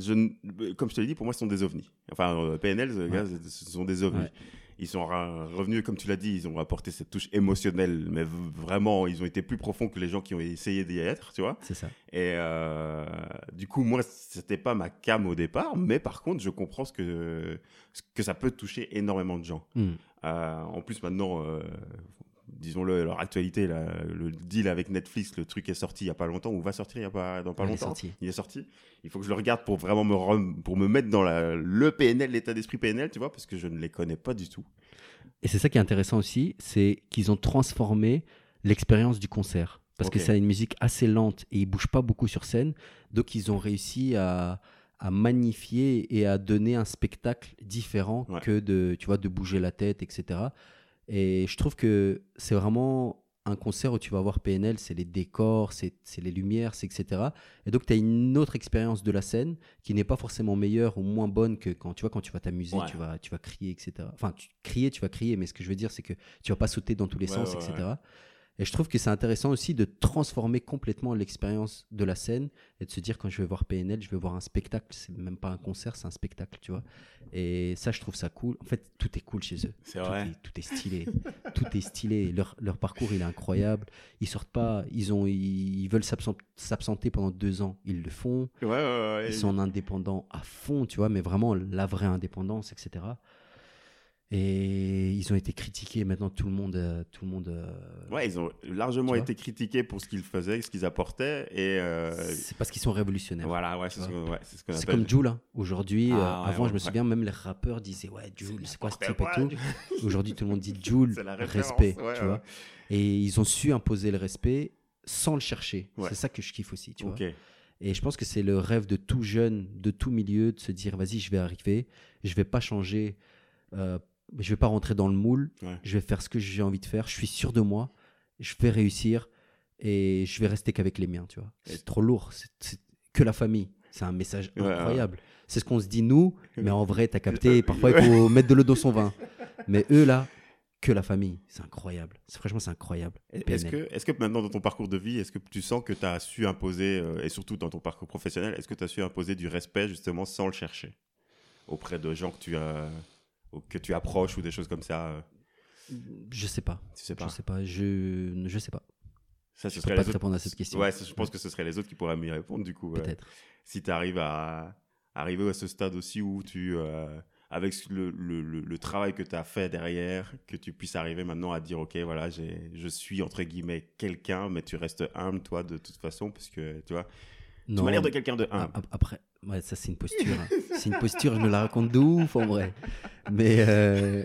Je, comme je te l'ai dit, pour moi, ce sont des ovnis. Enfin, P N L, ouais. gars, ce sont des ovnis. Ouais. Ils sont revenus, comme tu l'as dit, ils ont apporté cette touche émotionnelle, mais vraiment, ils ont été plus profonds que les gens qui ont essayé d'y être, tu vois. C'est ça. Et euh, du coup, moi, c'était pas ma came au départ, mais par contre, je comprends ce que, ce que ça peut toucher énormément de gens. Mm. Euh, en plus, maintenant... Euh, disons-le, leur actualité, là, le deal avec Netflix, le truc est sorti il n'y a pas longtemps, ou va sortir il y a pas, dans pas il longtemps. Est sorti. Il est sorti. Il faut que je le regarde pour vraiment me, rem... pour me mettre dans la... le P N L, l'état d'esprit P N L, tu vois, parce que je ne les connais pas du tout. Et c'est ça qui est intéressant aussi, c'est qu'ils ont transformé l'expérience du concert. Parce okay. que c'est une musique assez lente et ils ne bougent pas beaucoup sur scène. Donc, ils ont réussi à, à magnifier et à donner un spectacle différent ouais. que de, tu vois, de bouger la tête, et cetera. Et je trouve que c'est vraiment un concert où tu vas voir P N L, c'est les décors, c'est, c'est les lumières, c'est et cetera. Et donc, tu as une autre expérience de la scène qui n'est pas forcément meilleure ou moins bonne que quand tu vois, quand tu vas t'amuser, ouais. tu, vas, tu vas crier, et cetera. Enfin, tu, crier, tu vas crier, mais ce que je veux dire, c'est que tu ne vas pas sauter dans tous les ouais, sens, ouais, et cetera. Ouais. Et je trouve que c'est intéressant aussi de transformer complètement l'expérience de la scène et de se dire quand je vais voir P N L, je vais voir un spectacle. C'est même pas un concert, c'est un spectacle, tu vois. Et ça, je trouve ça cool. En fait, tout est cool chez eux. C'est tout vrai. Est, tout est stylé. Tout est stylé. Leur, leur parcours, il est incroyable. Ils sortent pas. Ils, ont, ils, ils veulent s'absent- s'absenter pendant deux ans. Ils le font. Ouais, ouais, ouais. Ils sont indépendants à fond, tu vois, mais vraiment la vraie indépendance, et cetera. Et ils ont été critiqués. Maintenant, tout le monde, euh, tout le monde. euh, Ouais, ils ont largement Tu été critiqués pour ce qu'ils faisaient, ce qu'ils apportaient. Et euh, C'est parce qu'ils sont révolutionnaires. voilà, ouais, c'est ce, Tu qu'on- ouais, c'est ce qu'on C'est appelle. comme Jul. Hein. Aujourd'hui, Ah, euh, ouais, avant, ouais, je me ouais. souviens, même les rappeurs disaient ouais, Jul, c'est quoi ce type et n'importe tout. quoi. Aujourd'hui, tout le monde dit Jul, C'est la référence, respect, ouais, tu ouais. vois. Et ils ont su imposer le respect sans le chercher. Ouais. C'est ça que je kiffe aussi, tu Ok. vois. Et je pense que c'est le rêve de tout jeune, de tout milieu, de se dire vas-y, je vais arriver, je vais pas changer, euh, je vais pas rentrer dans le moule, Ouais. je vais faire ce que j'ai envie de faire, je suis sûr de moi, je vais réussir et je vais rester qu'avec les miens, tu vois. Et- C'est trop lourd, c'est, c'est que la famille. C'est un message Ouais, ouais. incroyable. C'est ce qu'on se dit nous, mais en vrai, t'as capté, parfois il faut mettre de l'eau dans son vin. Mais eux là, que la famille, c'est incroyable. C'est, franchement, c'est incroyable. Est-ce P N L. que, est-ce que maintenant, dans ton parcours de vie, est-ce que tu sens que tu as su imposer, euh, et surtout dans ton parcours professionnel, est-ce que tu as su imposer du respect justement sans le chercher auprès de gens que tu, as, ou que tu approches ou des choses comme ça euh, Je sais pas. Tu sais pas. Je sais pas. Je, je sais pas. Ça, ce Je peux serait pas les te autres- répondre à cette question. Ouais, ça, je pense que ce serait les autres qui pourraient m'y répondre du coup. euh, Peut-être. si tu arrives à arriver à ce stade aussi où tu, euh, avec le, le, le, le travail que tu as fait derrière, que tu puisses arriver maintenant à dire, ok, voilà, j'ai, je suis entre guillemets quelqu'un, mais tu restes humble, toi, de toute façon, parce que, tu vois, tu Non. m'as l'air de quelqu'un de a- humble. a- Après, ouais, ça c'est une posture. hein. C'est une posture, je me la raconte de ouf en vrai. Mais euh,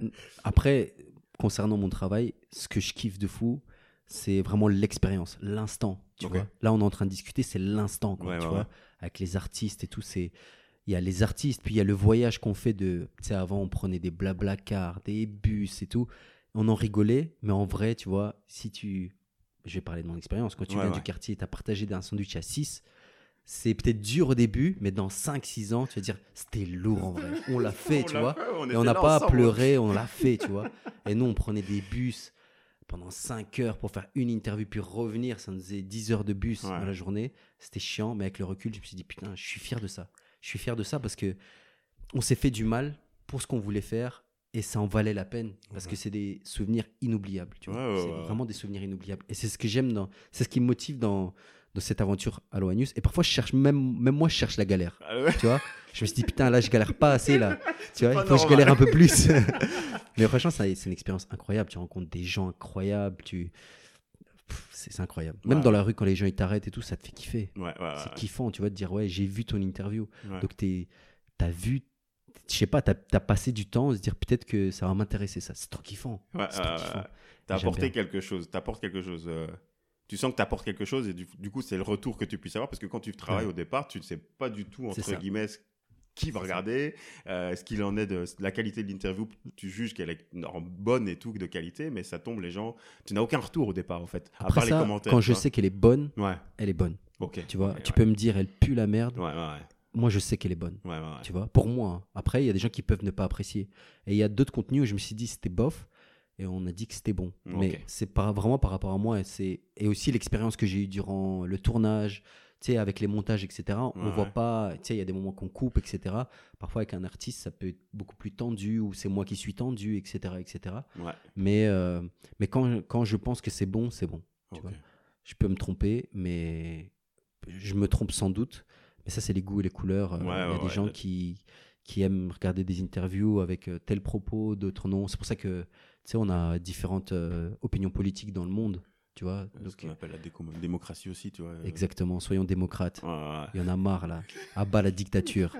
après, concernant mon travail, ce que je kiffe de fou, c'est vraiment l'expérience, l'instant. Tu Ok. vois. Là, on est en train de discuter, c'est l'instant, quoi, Ouais, tu ouais, vois. ouais. Avec les artistes et tout, c'est. Il y a les artistes, puis il y a le voyage qu'on fait de. Tu sais, avant, on prenait des blabla cars, des bus et tout. On en rigolait, mais en vrai, tu vois, si tu. Je vais parler de mon expérience. Quand tu Ouais, viens ouais. du quartier, tu as partagé un sandwich à six, c'est peut-être dur au début, mais dans cinq six ans, tu vas dire, c'était lourd en vrai. On l'a fait, On tu l'a vois. fait, on Et était on n'a là pas ensemble. pleuré, on l'a fait, tu vois. Et nous, on prenait des bus pendant cinq heures pour faire une interview, puis revenir. Ça nous faisait dix heures de bus Ouais. dans la journée. C'était chiant, mais avec le recul, je me suis dit, putain, je suis fier de ça. Je suis fier de ça parce que on s'est fait du mal pour ce qu'on voulait faire et ça en valait la peine parce Ouais. que c'est des souvenirs inoubliables. Tu vois. Ouais, ouais, c'est ouais. vraiment des souvenirs inoubliables. Et c'est ce que j'aime, dans, c'est ce qui me motive dans, dans cette aventure à l'Oanius. Et parfois, je cherche, même, même moi, je cherche la galère. Ah ouais. Tu vois, je me suis dit, putain, là, je galère pas assez, là. Tu vois, pas il faut que je normal. galère un peu plus. Mais franchement, ça, c'est une expérience incroyable. Tu rencontres des gens incroyables. Tu... Pff, C'est, c'est incroyable. Même Ouais. dans la rue, quand les gens ils t'arrêtent et tout, ça te fait kiffer. Ouais, ouais, ouais, C'est ouais. kiffant, tu vois, de dire, ouais, j'ai vu ton interview. Ouais. Donc, t'es, t'as vu, je sais pas, t'as, t'as passé du temps à se dire, peut-être que ça va m'intéresser, ça. C'est trop kiffant. Ouais, C'est trop ouais, kiffant. ouais. T'as J'aime apporté bien. quelque chose, t'apportes quelque chose. euh, Tu sens que t'apportes quelque chose et du, du coup, c'est le retour que tu puisses avoir parce que quand tu travailles Ouais. au départ, tu ne sais pas du tout, C'est entre ça. guillemets, ce- qui va C'est ça. regarder, euh, ce qu'il en est de, de la qualité de l'interview. Tu juges qu'elle est en bonne et tout, de qualité, mais ça tombe, les gens. Tu n'as aucun retour au départ, en fait, à Après part ça, les commentaires. quand tu je vois. sais qu'elle est bonne, Ouais, elle est bonne. ok. Tu vois, ok, tu ouais. peux me dire, elle pue la merde. Ouais, ouais, ouais. Moi, je sais qu'elle est bonne. Ouais, ouais, ouais. Tu vois, pour moi. hein. Après, il y a des gens qui peuvent ne pas apprécier. Et il y a d'autres contenus où je me suis dit c'était bof et on a dit que c'était bon. Ok. Mais c'est pas vraiment par rapport à moi. Et, c'est... et aussi l'expérience que j'ai eue durant le tournage, tu sais, avec les montages, et cetera. On Ouais, voit ouais. pas, tu sais, il y a des moments qu'on coupe, et cetera. Parfois, avec un artiste, ça peut être beaucoup plus tendu ou c'est moi qui suis tendu, et cetera, et cetera. Ouais, Mais, euh, mais quand, quand je pense que c'est bon, c'est bon. Tu ok. vois. Je peux me tromper, mais je me trompe sans doute. Mais ça, c'est les goûts et les couleurs. Euh, Ouais, il y a ouais, des ouais. gens qui, qui aiment regarder des interviews avec euh, tel propos, d'autres non. C'est pour ça que, tu sais, on a différentes euh, opinions politiques dans le monde, tu vois. Ce Donc, qu'on appelle la déco- démocratie aussi, tu vois. euh. exactement, soyons démocrates. Ouais, ouais. Il y en a marre, là. À bas la dictature.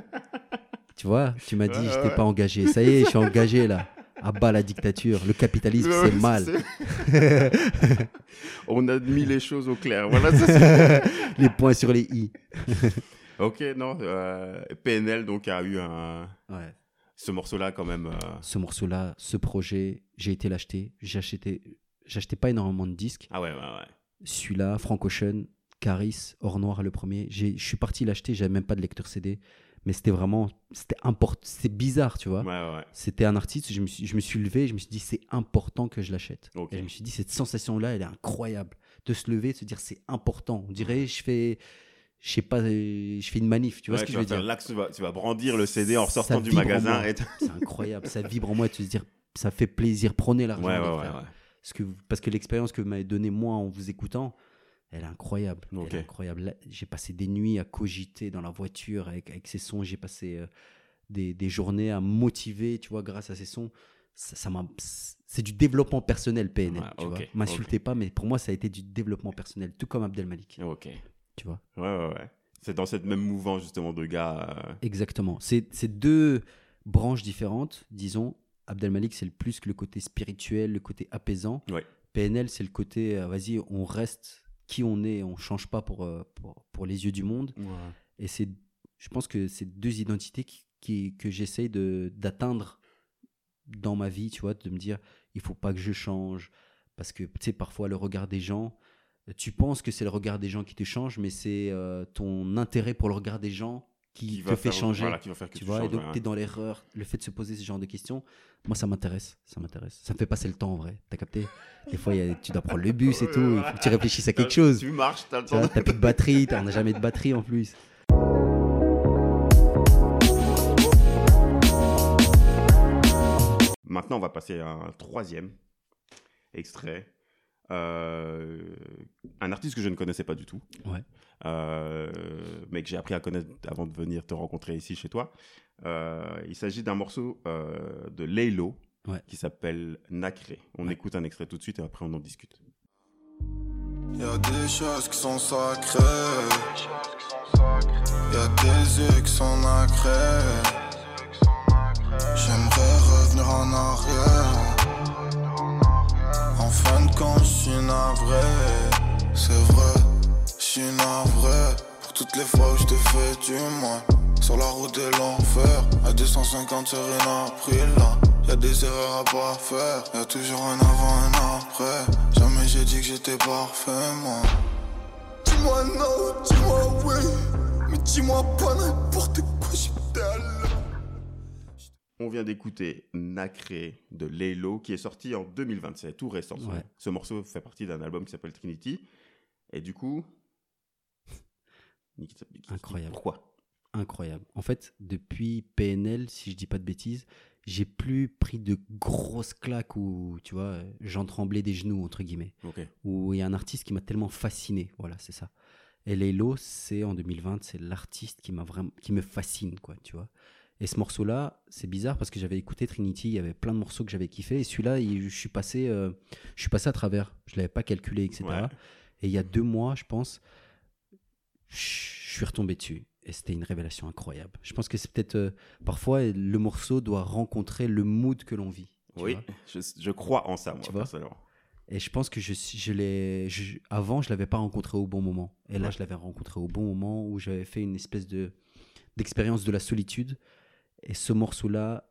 Tu vois, tu m'as dit, Ouais, je ouais, t'ai ouais. pas engagé. Ça y est, je suis engagé, là. À bas la dictature. Le capitalisme, Ouais, c'est mal. c'est- On a mis les choses au clair. Voilà, ça, c'est- Les points sur les i. Ok, non. euh, P N L donc a eu un. Ouais. Ce morceau-là, quand même. euh, Ce morceau-là, ce projet, j'ai été l'acheter. J'ai acheté, j'achetais pas énormément de disques. Ah ouais, ouais, ouais. Celui-là, Frank Ocean, Caris, Or Noir le premier. J'ai- Je suis parti l'acheter, j'avais même pas de lecteur C D. mais c'était vraiment, c'était important, c'était bizarre, tu vois. Ouais, ouais, ouais. C'était un artiste, je me suis, je me suis levé, je me suis dit, c'est important que je l'achète. Ok. Et je me suis dit, cette sensation-là, elle est incroyable. De se lever, de se dire, c'est important. On dirait, je fais, je sais pas, je fais une manif, tu vois Ouais, ce que tu je vas veux faire dire. l'axe, tu vas, tu vas brandir le C D en Ça ressortant du vibre en magasin. moi. Et t- C'est incroyable, ça vibre en moi, de se dire, ça fait plaisir, prenez l'argent. ouais, les ouais, ouais, frères. ouais. Parce que, parce que l'expérience que vous m'avez donnée, moi, en vous écoutant, elle est incroyable. Ok. Elle est incroyable. Là, j'ai passé des nuits à cogiter dans la voiture avec, avec ces sons. J'ai passé euh, des, des journées à me motiver, tu vois, grâce à ces sons. Ça, ça m'a, c'est du développement personnel, P N L. Ouais, tu ok, vois. M'insultez pas, mais pour moi, ça a été du développement personnel, tout comme Abdelmalik. Ok. Tu vois. Ouais, ouais, ouais. C'est dans cette même mouvance, justement, de gars. euh, Exactement. C'est, c'est deux branches différentes, disons. Abdelmalik, c'est le plus que le côté spirituel, le côté apaisant. Ouais. P N L, c'est le côté, euh, vas-y, on reste qui on est, on change pas pour, euh, pour, pour les yeux du monde. Ouais. Et c'est, je pense que c'est deux identités qui, qui- que j'essaye de, d'atteindre dans ma vie, tu vois, de me dire, il faut pas que je change. Parce que, tu sais, parfois, le regard des gens, tu penses que c'est le regard des gens qui te change, mais c'est euh, ton intérêt pour le regard des gens qui, Qui te va fait faire- changer. voilà, qui va faire que tu tu vois, et changes, donc ouais. tu es dans l'erreur. Le fait de se poser ce genre de questions, moi, ça m'intéresse. Ça m'intéresse. Ça me fait passer le temps, en vrai. T'as capté? Des fois, il y a- tu dois prendre le bus et tout. Il faut que tu réfléchisses à quelque chose. Tu marches, t'as le Tu temps. vois, de- t'as plus de batterie, t'as- on n'a jamais de batterie en plus. Maintenant, on va passer à un troisième extrait. Euh, un artiste que je ne connaissais pas du tout, Ouais. euh, mais que j'ai appris à connaître avant de venir te rencontrer ici chez toi. Euh, il s'agit d'un morceau euh, de Laylo Ouais. qui s'appelle Nacré. On Ouais. écoute un extrait tout de suite et après on en discute. Y a des choses qui sont sacrées. Y a des yeux qui sont nacrés. J'aimerais revenir en arrière. En fin de compte, je suis navré. C'est vrai, je suis navré. Pour toutes les fois où je t'ai fait du mal. Sur la route de l'enfer, à deux cent cinquante sur une appris là. Y'a des erreurs à pas faire. Y'a toujours un avant, un après. Jamais j'ai dit que j'étais parfait, moi. Dis-moi non, dis-moi oui. Mais dis-moi pas n'importe quoi, j'étais à l'heure. On vient d'écouter Nacré de Laylo qui est sorti en deux mille vingt, c'est tout récent. ce- Ouais. Ce morceau fait partie d'un album qui s'appelle Trinity. Et du coup... Nikita- Nikita- Incroyable. Pourquoi? Incroyable. En fait, depuis P N L, si je dis pas de bêtises, j'ai plus pris de grosses claques où, tu vois, j'en tremblais des genoux, entre guillemets. Ok. Où il y a un artiste qui m'a tellement fasciné. Voilà, c'est ça. Et Laylo, c'est en deux mille vingt, c'est l'artiste qui m'a vraiment, qui me fascine, quoi, tu vois. Et ce morceau-là, c'est bizarre parce que j'avais écouté Trinity, il y avait plein de morceaux que j'avais kiffé. Et celui-là, il- je suis passé, euh, je suis passé à travers. Je l'avais pas calculé, et cetera. Ouais. Et il y a deux mois, je pense, je suis retombé dessus. Et c'était une révélation incroyable. Je pense que c'est peut-être... euh, parfois, le morceau doit rencontrer le mood que l'on vit. tu Oui, vois. je, je crois en ça, moi, Tu vois personnellement. Et je pense que je, je l'ai... je- avant, je ne l'avais pas rencontré au bon moment. Et là, Ouais. je l'avais rencontré au bon moment où j'avais fait une espèce de, d'expérience de la solitude. Et ce morceau-là,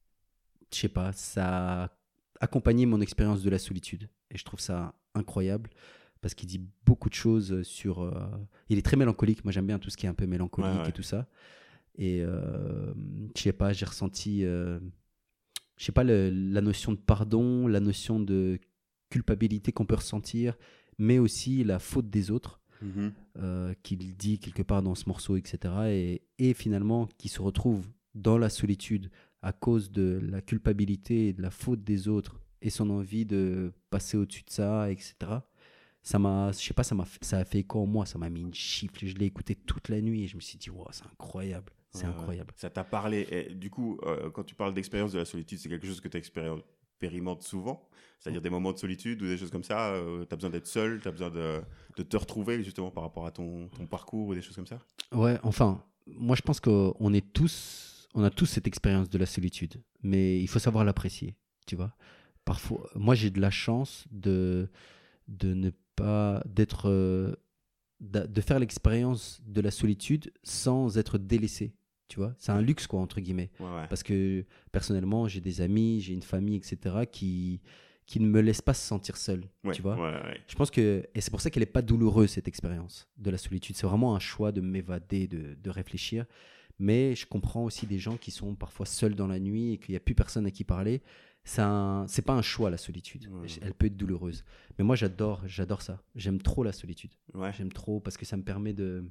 je sais pas, ça a accompagné mon expérience de la solitude. Et je trouve ça incroyable parce qu'il dit beaucoup de choses sur... euh, il est très mélancolique. Moi, j'aime bien tout ce qui est un peu mélancolique Ouais, ouais. et tout ça. Et euh, je sais pas, j'ai ressenti... euh, je sais pas, le- la notion de pardon, la notion de culpabilité qu'on peut ressentir, mais aussi la faute des autres Mhm. euh, qu'il dit quelque part dans ce morceau, et cetera. Et, et finalement, qui se retrouve dans la solitude à cause de la culpabilité et de la faute des autres et son envie de passer au-dessus de ça, et cetera. Ça m'a, je sais pas, ça m'a, fait- ça a fait écho en moi, ça m'a mis une chifle. Je l'ai écouté toute la nuit et je me suis dit, wow, c'est incroyable, c'est Ouais, ouais. incroyable. Ça t'a parlé. Et du coup, euh, quand tu parles d'expérience de la solitude, c'est quelque chose que tu expérimentes souvent? C'est-à-dire des moments de solitude ou des choses comme ça? euh, tu as besoin d'être seul, tu as besoin de, de te retrouver justement par rapport à ton, ton parcours ou des choses comme ça? Ouais, enfin, moi je pense qu'on est tous, on a tous cette expérience de la solitude, mais il faut savoir l'apprécier, tu vois. Parfois, moi j'ai de la chance de, de ne pas, d'être, euh, d'a- de faire l'expérience de la solitude sans être délaissé, tu vois. C'est un luxe, quoi, entre guillemets. Ouais, ouais. Parce que personnellement, j'ai des amis, j'ai une famille, et cetera, qui, qui ne me laissent pas se sentir seul, Ouais, tu vois. ouais, ouais. Je pense que, et c'est pour ça qu'elle n'est pas douloureuse, cette expérience de la solitude. C'est vraiment un choix de m'évader, de, de réfléchir. Mais je comprends aussi des gens qui sont parfois seuls dans la nuit et qu'il n'y a plus personne à qui parler. C'est, un, c'est pas un choix, la solitude. Ouais. Elle peut être douloureuse. Mais moi, j'adore, j'adore ça. J'aime trop la solitude. Ouais. J'aime trop parce que ça me permet de...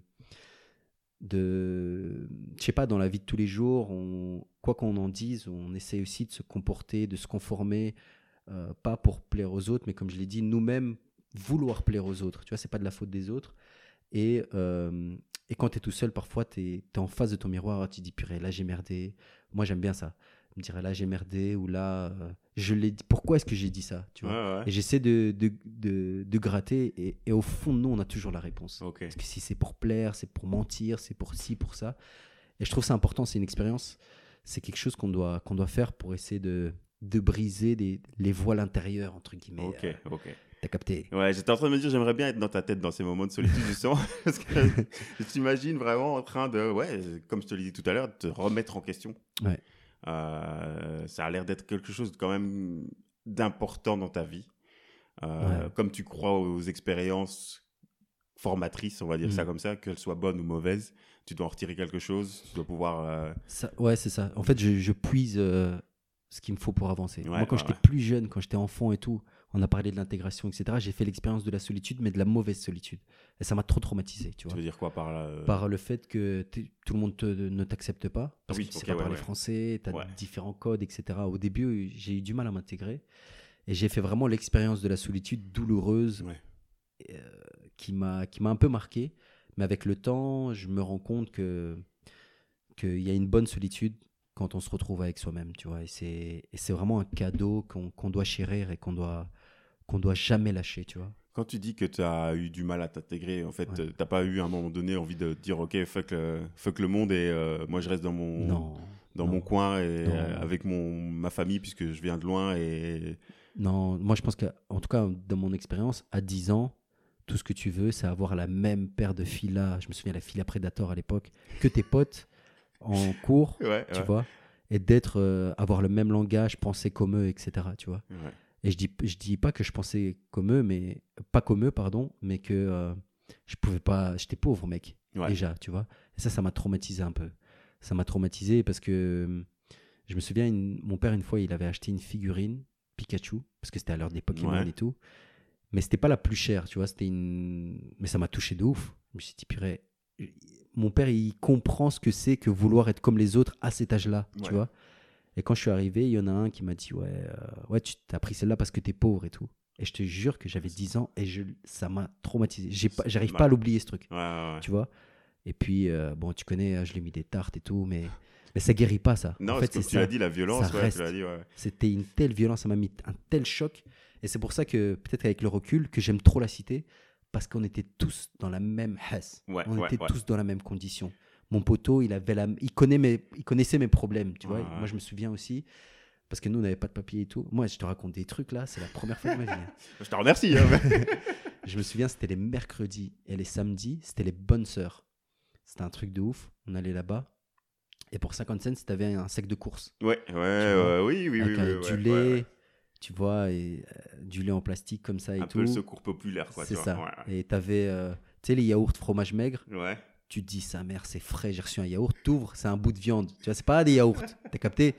de je sais pas, dans la vie de tous les jours, on, quoi qu'on en dise, on essaie aussi de se comporter, de se conformer, euh, pas pour plaire aux autres, mais comme je l'ai dit, nous-mêmes, vouloir plaire aux autres. Tu vois, c'est pas de la faute des autres. Et, euh, et quand tu es tout seul, parfois, tu es en face de ton miroir, tu te dis, purée, là, j'ai merdé. Moi, j'aime bien ça. Je me dirais, là, j'ai merdé, ou là, euh, je l'ai dit. Pourquoi est-ce que j'ai dit ça, tu vois? Ouais, ouais. Et j'essaie de, de, de, de gratter, et, et au fond de nous, on a toujours la réponse. Okay. Parce que si c'est pour plaire, c'est pour mentir, c'est pour ci, pour ça. Et je trouve ça important, c'est une expérience. C'est quelque chose qu'on doit, qu'on doit faire pour essayer de, de briser les, les voiles intérieures, entre guillemets. Ok, euh, ok. T'as capté? Ouais, j'étais en train de me dire, j'aimerais bien être dans ta tête dans ces moments de solitude, justement. Parce que je t'imagine vraiment en train de, ouais, comme je te l'ai dit tout à l'heure, de te remettre en question. Ouais. Euh, ça a l'air d'être quelque chose quand même d'important dans ta vie. Euh, Ouais. Comme tu crois aux expériences formatrices, on va dire Mmh. ça comme ça, qu'elles soient bonnes ou mauvaises, tu dois en retirer quelque chose, tu dois pouvoir... euh, Ça, ouais, c'est ça. En fait, je, je puise euh, ce qu'il me faut pour avancer. Ouais, Moi, quand ouais, j'étais ouais. plus jeune, quand j'étais enfant et tout, on a parlé de l'intégration, et cetera. J'ai fait l'expérience de la solitude, mais de la mauvaise solitude. Et ça m'a trop traumatisé, tu Tu vois. veux dire quoi par là euh, Par le fait que t'es- tout le monde te- ne t'accepte pas, parce Oui, que tu sais ok, pas ouais, parler ouais. français, tu as Ouais. différents codes, et cetera. Au début, j'ai eu du mal à m'intégrer. Et j'ai fait vraiment l'expérience de la solitude douloureuse Ouais. euh, qui m'a qui m'a un peu marqué. Mais avec le temps, je me rends compte que qu'il y a une bonne solitude quand on se retrouve avec soi-même, tu vois. Et c'est et c'est vraiment un cadeau qu'on qu'on doit chérir et qu'on doit qu'on doit jamais lâcher, tu vois. Quand tu dis que tu as eu du mal à t'intégrer, en fait, Ouais. euh, t'as pas eu à un moment donné envie de dire ok, fuck, le- fuck le monde et euh, moi je reste dans mon, Non. dans non. mon coin et Non. euh, avec mon, ma famille puisque je viens de loin et Non, moi je pense qu'en tout cas, dans mon expérience, à dix ans, tout ce que tu veux, c'est avoir la même paire de filas. Je me souviens, la fila Predator à l'époque, que tes potes en cours, ouais, tu ouais, vois, et d'être, euh, avoir le même langage, penser comme eux, et cetera. Tu vois. ouais. Et je dis, je dis pas que je pensais comme eux, mais pas comme eux, pardon, mais que euh, je pouvais pas, j'étais pauvre, mec, Ouais. déjà, tu vois. Et ça, ça m'a traumatisé un peu. Ça m'a traumatisé parce que euh, je me souviens, une- mon père une fois, il avait acheté une figurine Pikachu parce que c'était à l'heure des Pokémon Ouais. et tout, mais c'était pas la plus chère, tu vois. C'était une, mais ça m'a touché de ouf. Je me suis dit, purée, mon père, il comprend ce que c'est que vouloir être comme les autres à cet âge-là, Ouais. tu vois. Et quand je suis arrivé, il y en a un qui m'a dit, ouais, euh, ouais, tu t'as pris celle-là parce que t'es pauvre et tout. Et je te jure que j'avais dix ans et je, ça m'a traumatisé. J'ai pas, j'arrive mal. pas à l'oublier, ce truc, Ouais, ouais, ouais. tu vois. Et puis, euh, bon, tu connais, je lui ai mis des tartes et tout, mais, mais ça guérit pas, ça. Non, en parce fait, que comme c'est tu ça. l'as dit, la violence, Ça ouais, reste. tu l'as dit, ouais. C'était une telle violence, ça m'a mis un tel choc. Et c'est pour ça que, peut-être avec le recul, que j'aime trop la cité, parce qu'on était tous dans la même hasse. Ouais, On ouais, était ouais. tous dans la même condition. Mon poteau, il, avait la... il, connaît mes... il connaissait mes problèmes, tu vois. Ouais, ouais. Moi, je me souviens aussi, parce que nous, on n'avait pas de papier et tout. Moi, je te raconte des trucs, là, c'est la première fois de ma vie. hein. Je te remercie. Hein, mais- Je me souviens, c'était les mercredis et les samedis, c'était les bonnes sœurs. C'était un truc de ouf. On allait là-bas. Et pour cinquante cents, tu avais un sac de course. ouais, ouais, vois, ouais, oui, oui, avec oui, euh, oui, du ouais, lait, ouais, ouais. tu vois, et euh, du lait en plastique comme ça et Un tout. peu le secours populaire, quoi. C'est tu ça. vois. Ouais, Et tu avais, euh, tu sais, les yaourts fromage maigre. ouais. Ouais. Tu te dis, sa mère, c'est frais, j'ai reçu un yaourt. T'ouvres, c'est un bout de viande. Tu vois, c'est pas des yaourts. T'as capté?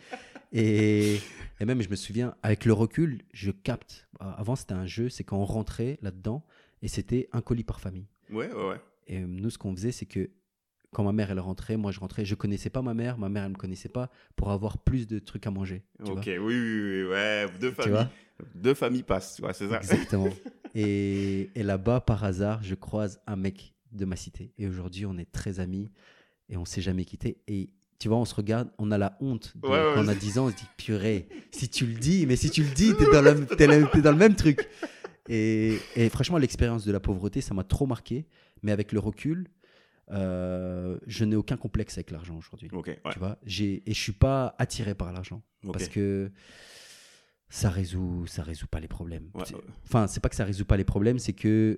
Et, et même, je me souviens, avec le recul, je capte. Avant, c'était un jeu, c'est quand on rentrait là-dedans et c'était un colis par famille. Ouais, ouais, ouais. Et euh, nous, ce qu'on faisait, c'est que quand ma mère, elle rentrait, moi, je rentrais. Je connaissais pas ma mère, ma mère, elle me connaissait pas, pour avoir plus de trucs à manger. Tu Ok, vois. oui, oui, oui, ouais. Deux Tu familles. vois Deux familles passent, ouais, c'est ça. Exactement. et, et là-bas, par hasard, je croise un mec de ma cité. Et aujourd'hui, on est très amis et on s'est jamais quittés. Et tu vois, on se regarde, on a la honte. De, Ouais, ouais, quand on a c'est- dix ans, on se dit, purée, si tu le dis, mais si tu le dis, t'es dans, le- t'es le- t'es dans le même truc. Et, et franchement, l'expérience de la pauvreté, ça m'a trop marqué. Mais avec le recul, euh, je n'ai aucun complexe avec l'argent aujourd'hui. Ok, ouais. Tu vois, j'ai, et je suis pas attiré par l'argent. Ok. Parce que ça résout, ça résout pas les problèmes. Ouais, C'est- ouais. Enfin, c'est pas que ça résout pas les problèmes, c'est que,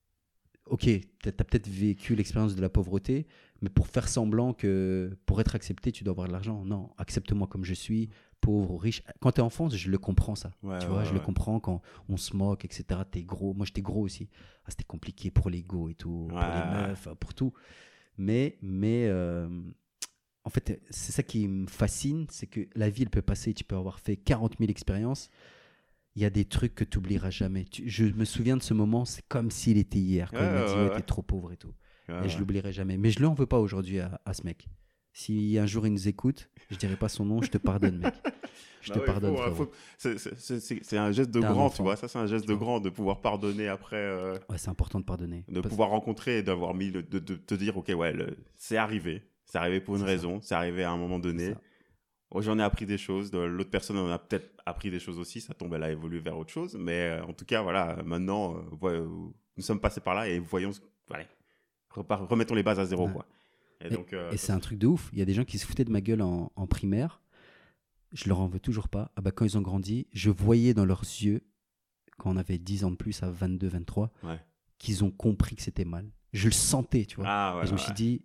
ok, t'as t'as peut-être vécu l'expérience de la pauvreté, mais pour faire semblant que pour être accepté, tu dois avoir de l'argent. Non, accepte-moi comme je suis, pauvre ou riche. Quand t'es enfant, je le comprends ça. Ouais, tu ouais, vois, je ouais. le comprends quand on se moque, et cetera. T'es gros. Moi, j'étais gros aussi. Ah, c'était compliqué pour l'ego et tout, pour Ouais, les ouais. meufs, pour tout. Mais, mais euh, en fait, c'est ça qui me fascine, c'est que la vie, elle peut passer, tu peux avoir fait quarante mille expériences, il y a des trucs que tu n'oublieras jamais. Tu, je me souviens de ce moment, c'est comme s'il était hier, quand Ouais, il m'a ouais, dit ouais, ouais, ouais. t'es trop pauvre et tout. Ouais, et ouais. je l'oublierai jamais. Mais je ne lui en veux pas aujourd'hui à, à ce mec. Si un jour il nous écoute, je ne dirai pas son nom, je te pardonne, mec. Je Bah te ouais, pardonne, faut, frérot. faut- c'est, c'est- c'est- c'est- c'est un geste de T'es un grand, enfant, tu vois. Ça, c'est un geste tu de vois. grand de pouvoir pardonner après, euh, Ouais, c'est important de pardonner. de Parce- pouvoir rencontrer et d'avoir mis, le- de, de te dire, ok, ouais, le- c'est arrivé. C'est arrivé pour une C'est ça. raison. C'est arrivé à un moment c'est donné. ça. Oh, j'en ai appris des choses. de- L'autre personne en a peut-être appris des choses aussi. Ça tombe, elle a évolué vers autre chose. Mais euh, en tout cas, voilà, maintenant, euh, voilà, nous sommes passés par là et voyons, voilà, repar- remettons les bases à zéro, Ouais. quoi. Et, Et, donc, euh, et c'est un truc de ouf. Il y a des gens qui se foutaient de ma gueule en, en primaire. Je leur en veux toujours pas. Ah bah, quand ils ont grandi, je voyais dans leurs yeux, quand on avait dix ans de plus, à vingt-deux, vingt-trois, Ouais. qu'ils ont compris que c'était mal. Je le sentais, tu vois. Ah, ouais, et je me ouais. suis dit,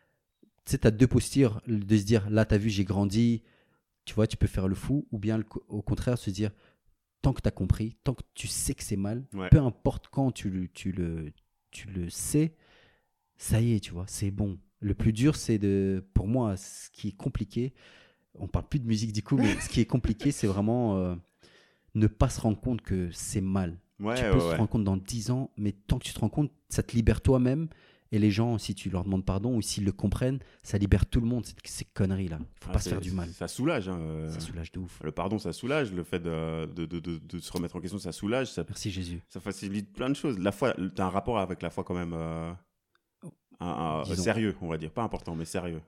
tu sais, tu as deux postures de se dire, là, tu as vu, j'ai grandi, tu vois, tu peux faire le fou, ou bien le co- au contraire, se dire, tant que tu as compris, tant que tu sais que c'est mal, Ouais. peu importe quand tu le, tu, le, tu le sais, ça y est, tu vois, c'est bon. Le plus dur, c'est de, pour moi, ce qui est compliqué, on parle plus de musique du coup, mais ce qui est compliqué, c'est vraiment euh, ne pas se rendre compte que c'est mal. Ouais, tu ouais, peux se ouais. rendre compte dans dix ans, mais tant que tu te rends compte, ça te libère toi-même. Et les gens, si tu leur demandes pardon ou s'ils le comprennent, ça libère tout le monde, ces, ces conneries-là. Il ne faut Ah, pas se c'est- faire du mal. Ça soulage. Hein, euh, Ça soulage de ouf. Le pardon, ça soulage. Le fait de, de, de, de, de se remettre en question, ça soulage. Ça, Merci Jésus. ça facilite plein de choses. La foi, tu as un rapport avec la foi quand même euh, un- un- Disons. sérieux, on va dire. Pas important, mais sérieux.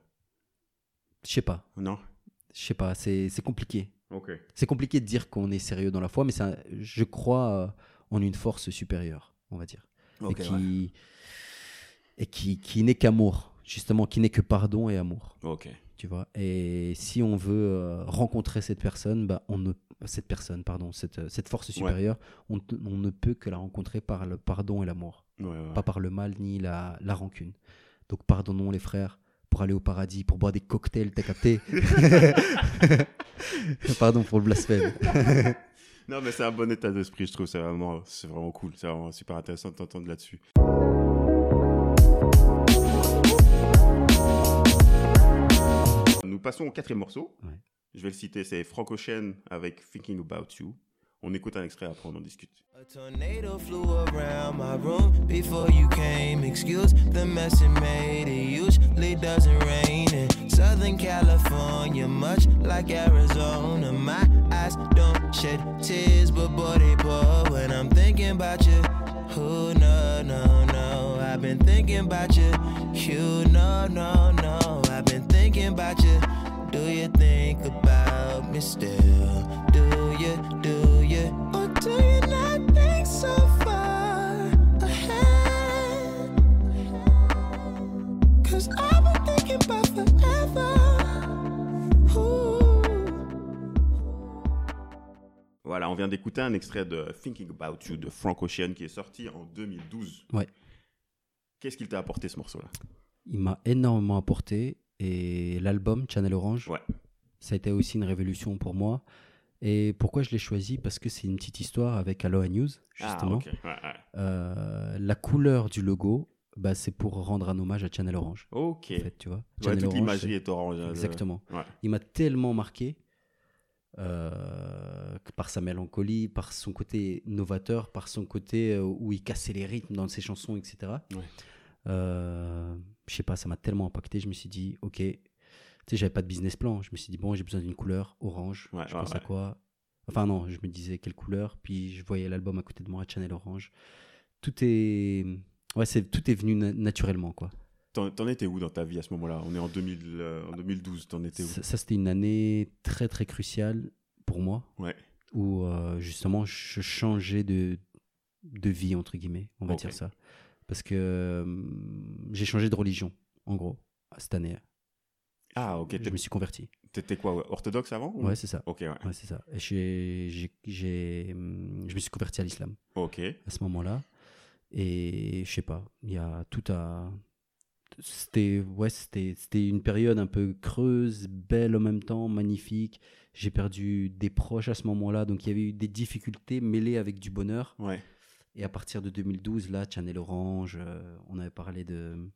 Je sais pas. Non. Je sais pas. C'est c'est compliqué. Ok. C'est compliqué de dire qu'on est sérieux dans la foi, mais ça, je crois euh, en une force supérieure, on va dire. Ok, et qui, ouais. et qui, qui n'est qu'amour, justement, qui n'est que pardon et amour. Ok. Tu vois. Et si on veut euh, rencontrer cette personne, bah, on ne, cette personne, pardon, cette, cette force supérieure, on, te- on ne peut que la rencontrer par le pardon et l'amour, Ouais, ouais. pas par le mal ni la, la rancune. Donc pardonnons les frères pour aller au paradis, pour boire des cocktails, t'as capté. Pardon pour le blasphème. Non, mais c'est un bon état d'esprit, je trouve. C'est vraiment, c'est vraiment cool. C'est vraiment super intéressant de t'entendre là-dessus. Nous passons au quatrième morceau. Ouais. Je vais le citer, c'est Frank Ocean avec Thinking About You. On écoute un extrait, après on en discute. A tornado flew around my room before you came. Excuse the mess it made. It usually doesn't rain in Southern California, much like Arizona. My eyes don't shed tears, but boy they pour when I'm thinking about you. Oh no no no, I've been thinking about you. You no no no, I've been thinking about you. Do you think about me still? Do you, do you, or do you not think so far ahead? Cause I've been thinking about forever. Ooh. Voilà, on vient d'écouter un extrait de Thinking About You de Frank Ocean qui est sorti en deux mille douze. Ouais. Qu'est-ce qu'il t'a apporté ce morceau-là? Il m'a énormément apporté. Et l'album Channel Orange, Ouais. ça a été aussi une révolution pour moi. Et pourquoi je l'ai choisi? Parce que c'est une petite histoire avec Aloha News, justement. Ah, ok. Ouais, ouais. Euh, la couleur du logo, bah, c'est pour rendre un hommage à Channel Orange. Ok. En fait, tu vois. Ouais, Channel toute Orange, l'imagerie c'est- est orange. hein, de- Exactement. Ouais. Il m'a tellement marqué euh, que par sa mélancolie, par son côté novateur, par son côté euh, où il cassait les rythmes dans ses chansons, et cetera. Ouais. Euh, je sais pas, ça m'a tellement impacté. Je me suis dit, ok, tu sais, j'avais pas de business plan. Je me suis dit, bon, j'ai besoin d'une couleur orange. Ouais, je ouais, pense à ouais. quoi? Enfin, non, je me disais quelle couleur. Puis je voyais l'album à côté de moi, Channel Orange. Tout est. Ouais, c'est, tout est venu na- naturellement, quoi. T'en, t'en étais où dans ta vie à ce moment-là? On est en, deux mille, euh, en deux mille douze, t'en étais où? Ça, ça, c'était une année très, très cruciale pour moi. Ouais. Où euh, justement je changeais de, de vie, entre guillemets, on va Ok. dire ça. Parce que euh, j'ai changé de religion, en gros, cette année. Ah, ok. Je T'es- me suis converti. T'étais quoi, orthodoxe avant ou- Ouais, c'est ça. Ok, ouais. Ouais, c'est ça. Et j'ai, j'ai, j'ai, hum, je me suis converti à l'islam Ok. à ce moment-là. Et je sais pas, il y a tout à. C'était, ouais, c'était, c'était une période un peu creuse, belle en même temps, magnifique. J'ai perdu des proches à ce moment-là, donc il y avait eu des difficultés mêlées avec du bonheur. Ouais. Et à partir de deux mille douze, là, Channel Orange, euh, on avait parlé de,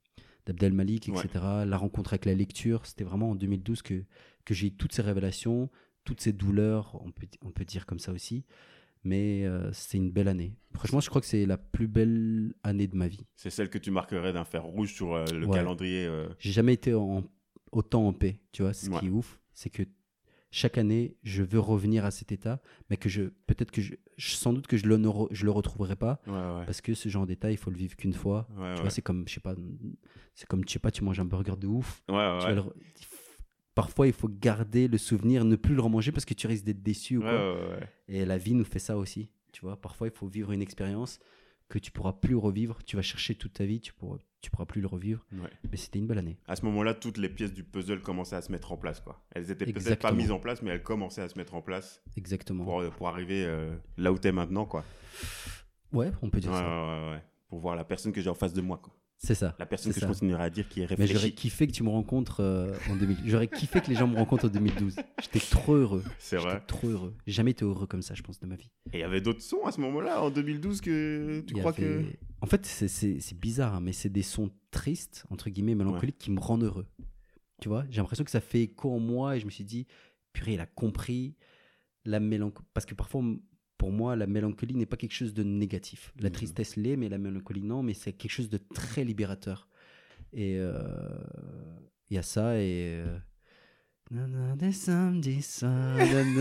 d'Abdel Malik, et cetera. Ouais. La rencontre avec la lecture, c'était vraiment en deux mille douze que, que j'ai eu toutes ces révélations, toutes ces douleurs, on peut, on peut dire comme ça aussi. Mais euh, c'est une belle année. Franchement, je crois que c'est la plus belle année de ma vie. C'est celle que tu marquerais d'un fer rouge sur euh, le ouais. calendrier. Euh... J'ai jamais été en, autant en paix, tu vois. Ce ouais. qui est ouf, c'est que chaque année, je veux revenir à cet état, mais que je, peut-être que je, sans doute que je le, je le retrouverai pas, ouais, ouais. parce que ce genre d'état, il faut le vivre qu'une fois. Ouais, tu ouais. vois, c'est comme, je sais pas, c'est comme, je sais pas, tu manges un burger de ouf. Ouais, ouais, tu ouais. vas le, parfois, il faut garder le souvenir, ne plus le remanger parce que tu risques d'être déçu ou ouais, quoi. Ouais, ouais. Et la vie nous fait ça aussi. Tu vois, parfois, il faut vivre une expérience que tu pourras plus revivre. Tu vas chercher toute ta vie, tu pourras, tu pourras plus le revivre. Ouais. Mais c'était une belle année. À ce moment-là, toutes les pièces du puzzle commençaient à se mettre en place, quoi. Elles étaient peut-être Exactement. pas mises en place, mais elles commençaient à se mettre en place. Exactement. Pour, pour arriver euh, là où t'es maintenant, quoi. Ouais, on peut dire ouais, ça. Ouais, ouais, ouais. Pour voir la personne que j'ai en face de moi, quoi. C'est ça. La personne que ça. je continuerai à dire qui est Mais réfléchie. j'aurais kiffé que tu me rencontres euh, en deux mille. J'aurais kiffé que les gens me rencontrent en deux mille douze. J'étais trop heureux. C'est vrai. J'étais trop heureux. J'ai jamais été heureux comme ça, je pense, de ma vie. Et il y avait d'autres sons à ce moment-là, en deux mille douze, que tu il crois avait... que... En fait, c'est, c'est, c'est bizarre, hein, mais c'est des sons tristes, entre guillemets, mélancoliques, ouais. qui me rendent heureux. Tu vois, j'ai l'impression que ça fait écho en moi et je me suis dit, purée, il a compris la mélancolie. Parce que parfois, pour moi, la mélancolie n'est pas quelque chose de négatif. La mmh. tristesse l'est, mais la mélancolie non, mais c'est quelque chose de très libérateur. Et il euh, y a ça et... Euh... Des samedis soirs,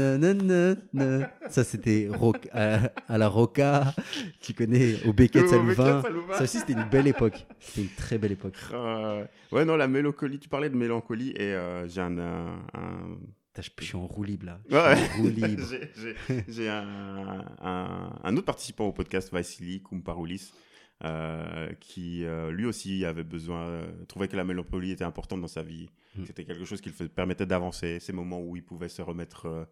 ça c'était rock, à, à la Roca, tu connais, au Beckett Salouvain. Ça aussi c'était une belle époque, c'était une très belle époque. Euh, ouais non la mélancolie, tu parlais de mélancolie et euh, j'ai un, un, un... Je suis en roue libre là. Ouais. En roue libre. j'ai, j'ai, j'ai un, un, un autre participant au podcast, Vassili Koumparoulis. Euh, qui euh, lui aussi avait besoin, euh, trouvait que la mélancolie était importante dans sa vie. Mmh. C'était quelque chose qui le permettait d'avancer, ces moments où il pouvait se remettre euh,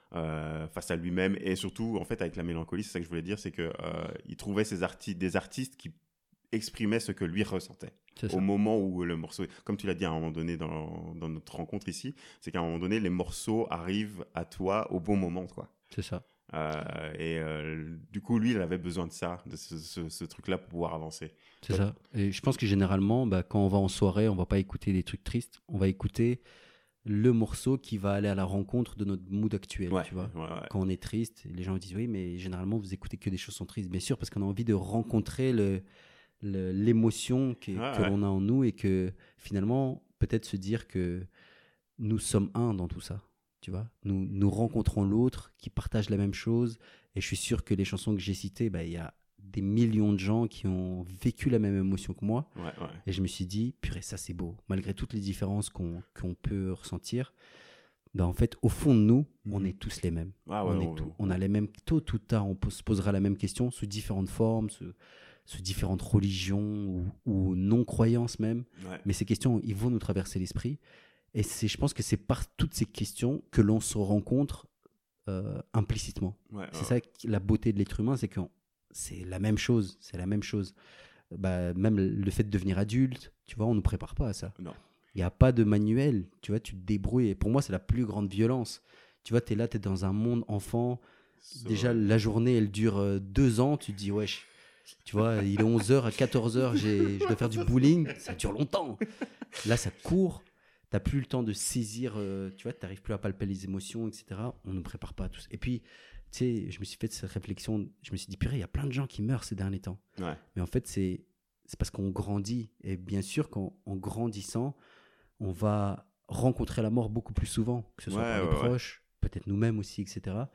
euh, face à lui-même. Et surtout, en fait, avec la mélancolie, c'est ça que je voulais dire, c'est qu'il euh, trouvait ces arti- des artistes qui exprimaient ce que lui ressentait. Au moment où le morceau, comme tu l'as dit à un moment donné dans, dans notre rencontre ici, c'est qu'à un moment donné, les morceaux arrivent à toi au bon moment, quoi. C'est ça. Euh, et euh, du coup lui il avait besoin de ça, de ce, ce, ce truc là pour pouvoir avancer. C'est Donc, ça. Et je pense que généralement bah, quand on va en soirée on va pas écouter des trucs tristes, on va écouter le morceau qui va aller à la rencontre de notre mood actuel. Ouais, tu vois ouais, ouais. Quand on est triste, les gens disent oui mais généralement vous écoutez que des chansons tristes. Bien sûr, parce qu'on a envie de rencontrer le, le, l'émotion qui, ouais, que ouais. l'on a en nous et que finalement peut-être se dire que nous sommes un dans tout ça. Tu vois, nous, nous rencontrons l'autre qui partage la même chose et je suis sûr que les chansons que j'ai citées, bah, y a des millions de gens qui ont vécu la même émotion que moi. Ouais, ouais. Et je me suis dit, purée, ça c'est beau. Malgré toutes les différences qu'on, qu'on peut ressentir, bah, en fait, au fond de nous, mmh. on est tous les mêmes. Ah ouais, on, ouais, est ouais, tout, ouais. on a les mêmes, tôt ou tard, on se posera la même question sous différentes formes, sous, sous différentes religions ou, ou non-croyances même. Ouais. Mais ces questions, ils vont nous traverser l'esprit. Et c'est, je pense que c'est par toutes ces questions que l'on se rencontre euh, implicitement. Ouais, c'est ouais. ça la beauté de l'être humain, c'est que c'est la même chose. C'est la même chose. Bah, même le fait de devenir adulte, tu vois, on ne nous prépare pas à ça. Non. Il n'y a pas de manuel. Tu vois, tu te débrouilles. Et pour moi, c'est la plus grande violence. Tu vois, tu es là, tu es dans un monde enfant. So... Déjà, la journée, elle dure euh, deux ans. Tu te dis, wesh, tu vois, il est onze heures à quatorze heures, j'ai, je dois faire du bowling. Ça dure longtemps. Là, ça court. T'as plus le temps de saisir, euh, tu vois, t'arrives plus à palper les émotions, et cetera. On ne prépare pas à tout ça. Et puis, tu sais, je me suis fait cette réflexion, je me suis dit, purée, il y a plein de gens qui meurent ces derniers temps. Ouais. Mais en fait, c'est, c'est parce qu'on grandit. Et bien sûr, qu'en en grandissant, on va rencontrer la mort beaucoup plus souvent, que ce soit ouais, par les ouais, proches, ouais. peut-être nous-mêmes aussi, et cetera.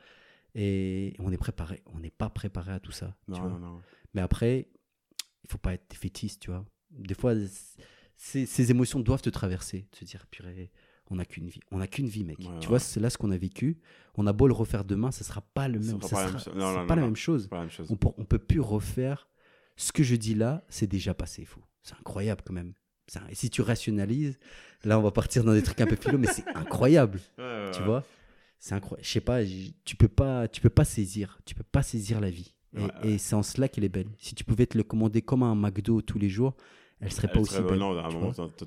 Et on est préparé. On n'est pas préparé à tout ça. Non, tu vois. non, non. Mais après, il faut pas être défaitiste, tu vois. Des fois... Ces, ces émotions doivent te traverser, de se dire, purée, on n'a qu'une vie, on n'a qu'une vie, mec. Ouais, tu ouais. vois, c'est là ce qu'on a vécu. On a beau le refaire demain, ça sera pas le même. Ça sera, pas, ça la, même... Non, sera non, pas non, la non, même chose. Pas la même chose. On, pour, on peut plus refaire ce que je dis là. C'est déjà passé, fou. C'est incroyable quand même. C'est un... Et si tu rationalises, là, on va partir dans des trucs un peu philo, mais c'est incroyable. Ouais, ouais, tu ouais. vois, c'est incroyable. Je sais pas, tu peux pas, tu peux pas saisir, tu peux pas saisir la vie. Et, ouais, ouais. et c'est en cela qu'elle est belle. Si tu pouvais te le commander comme un McDo tous les jours, elle serait elle pas serait, aussi belle. Non, à un moment,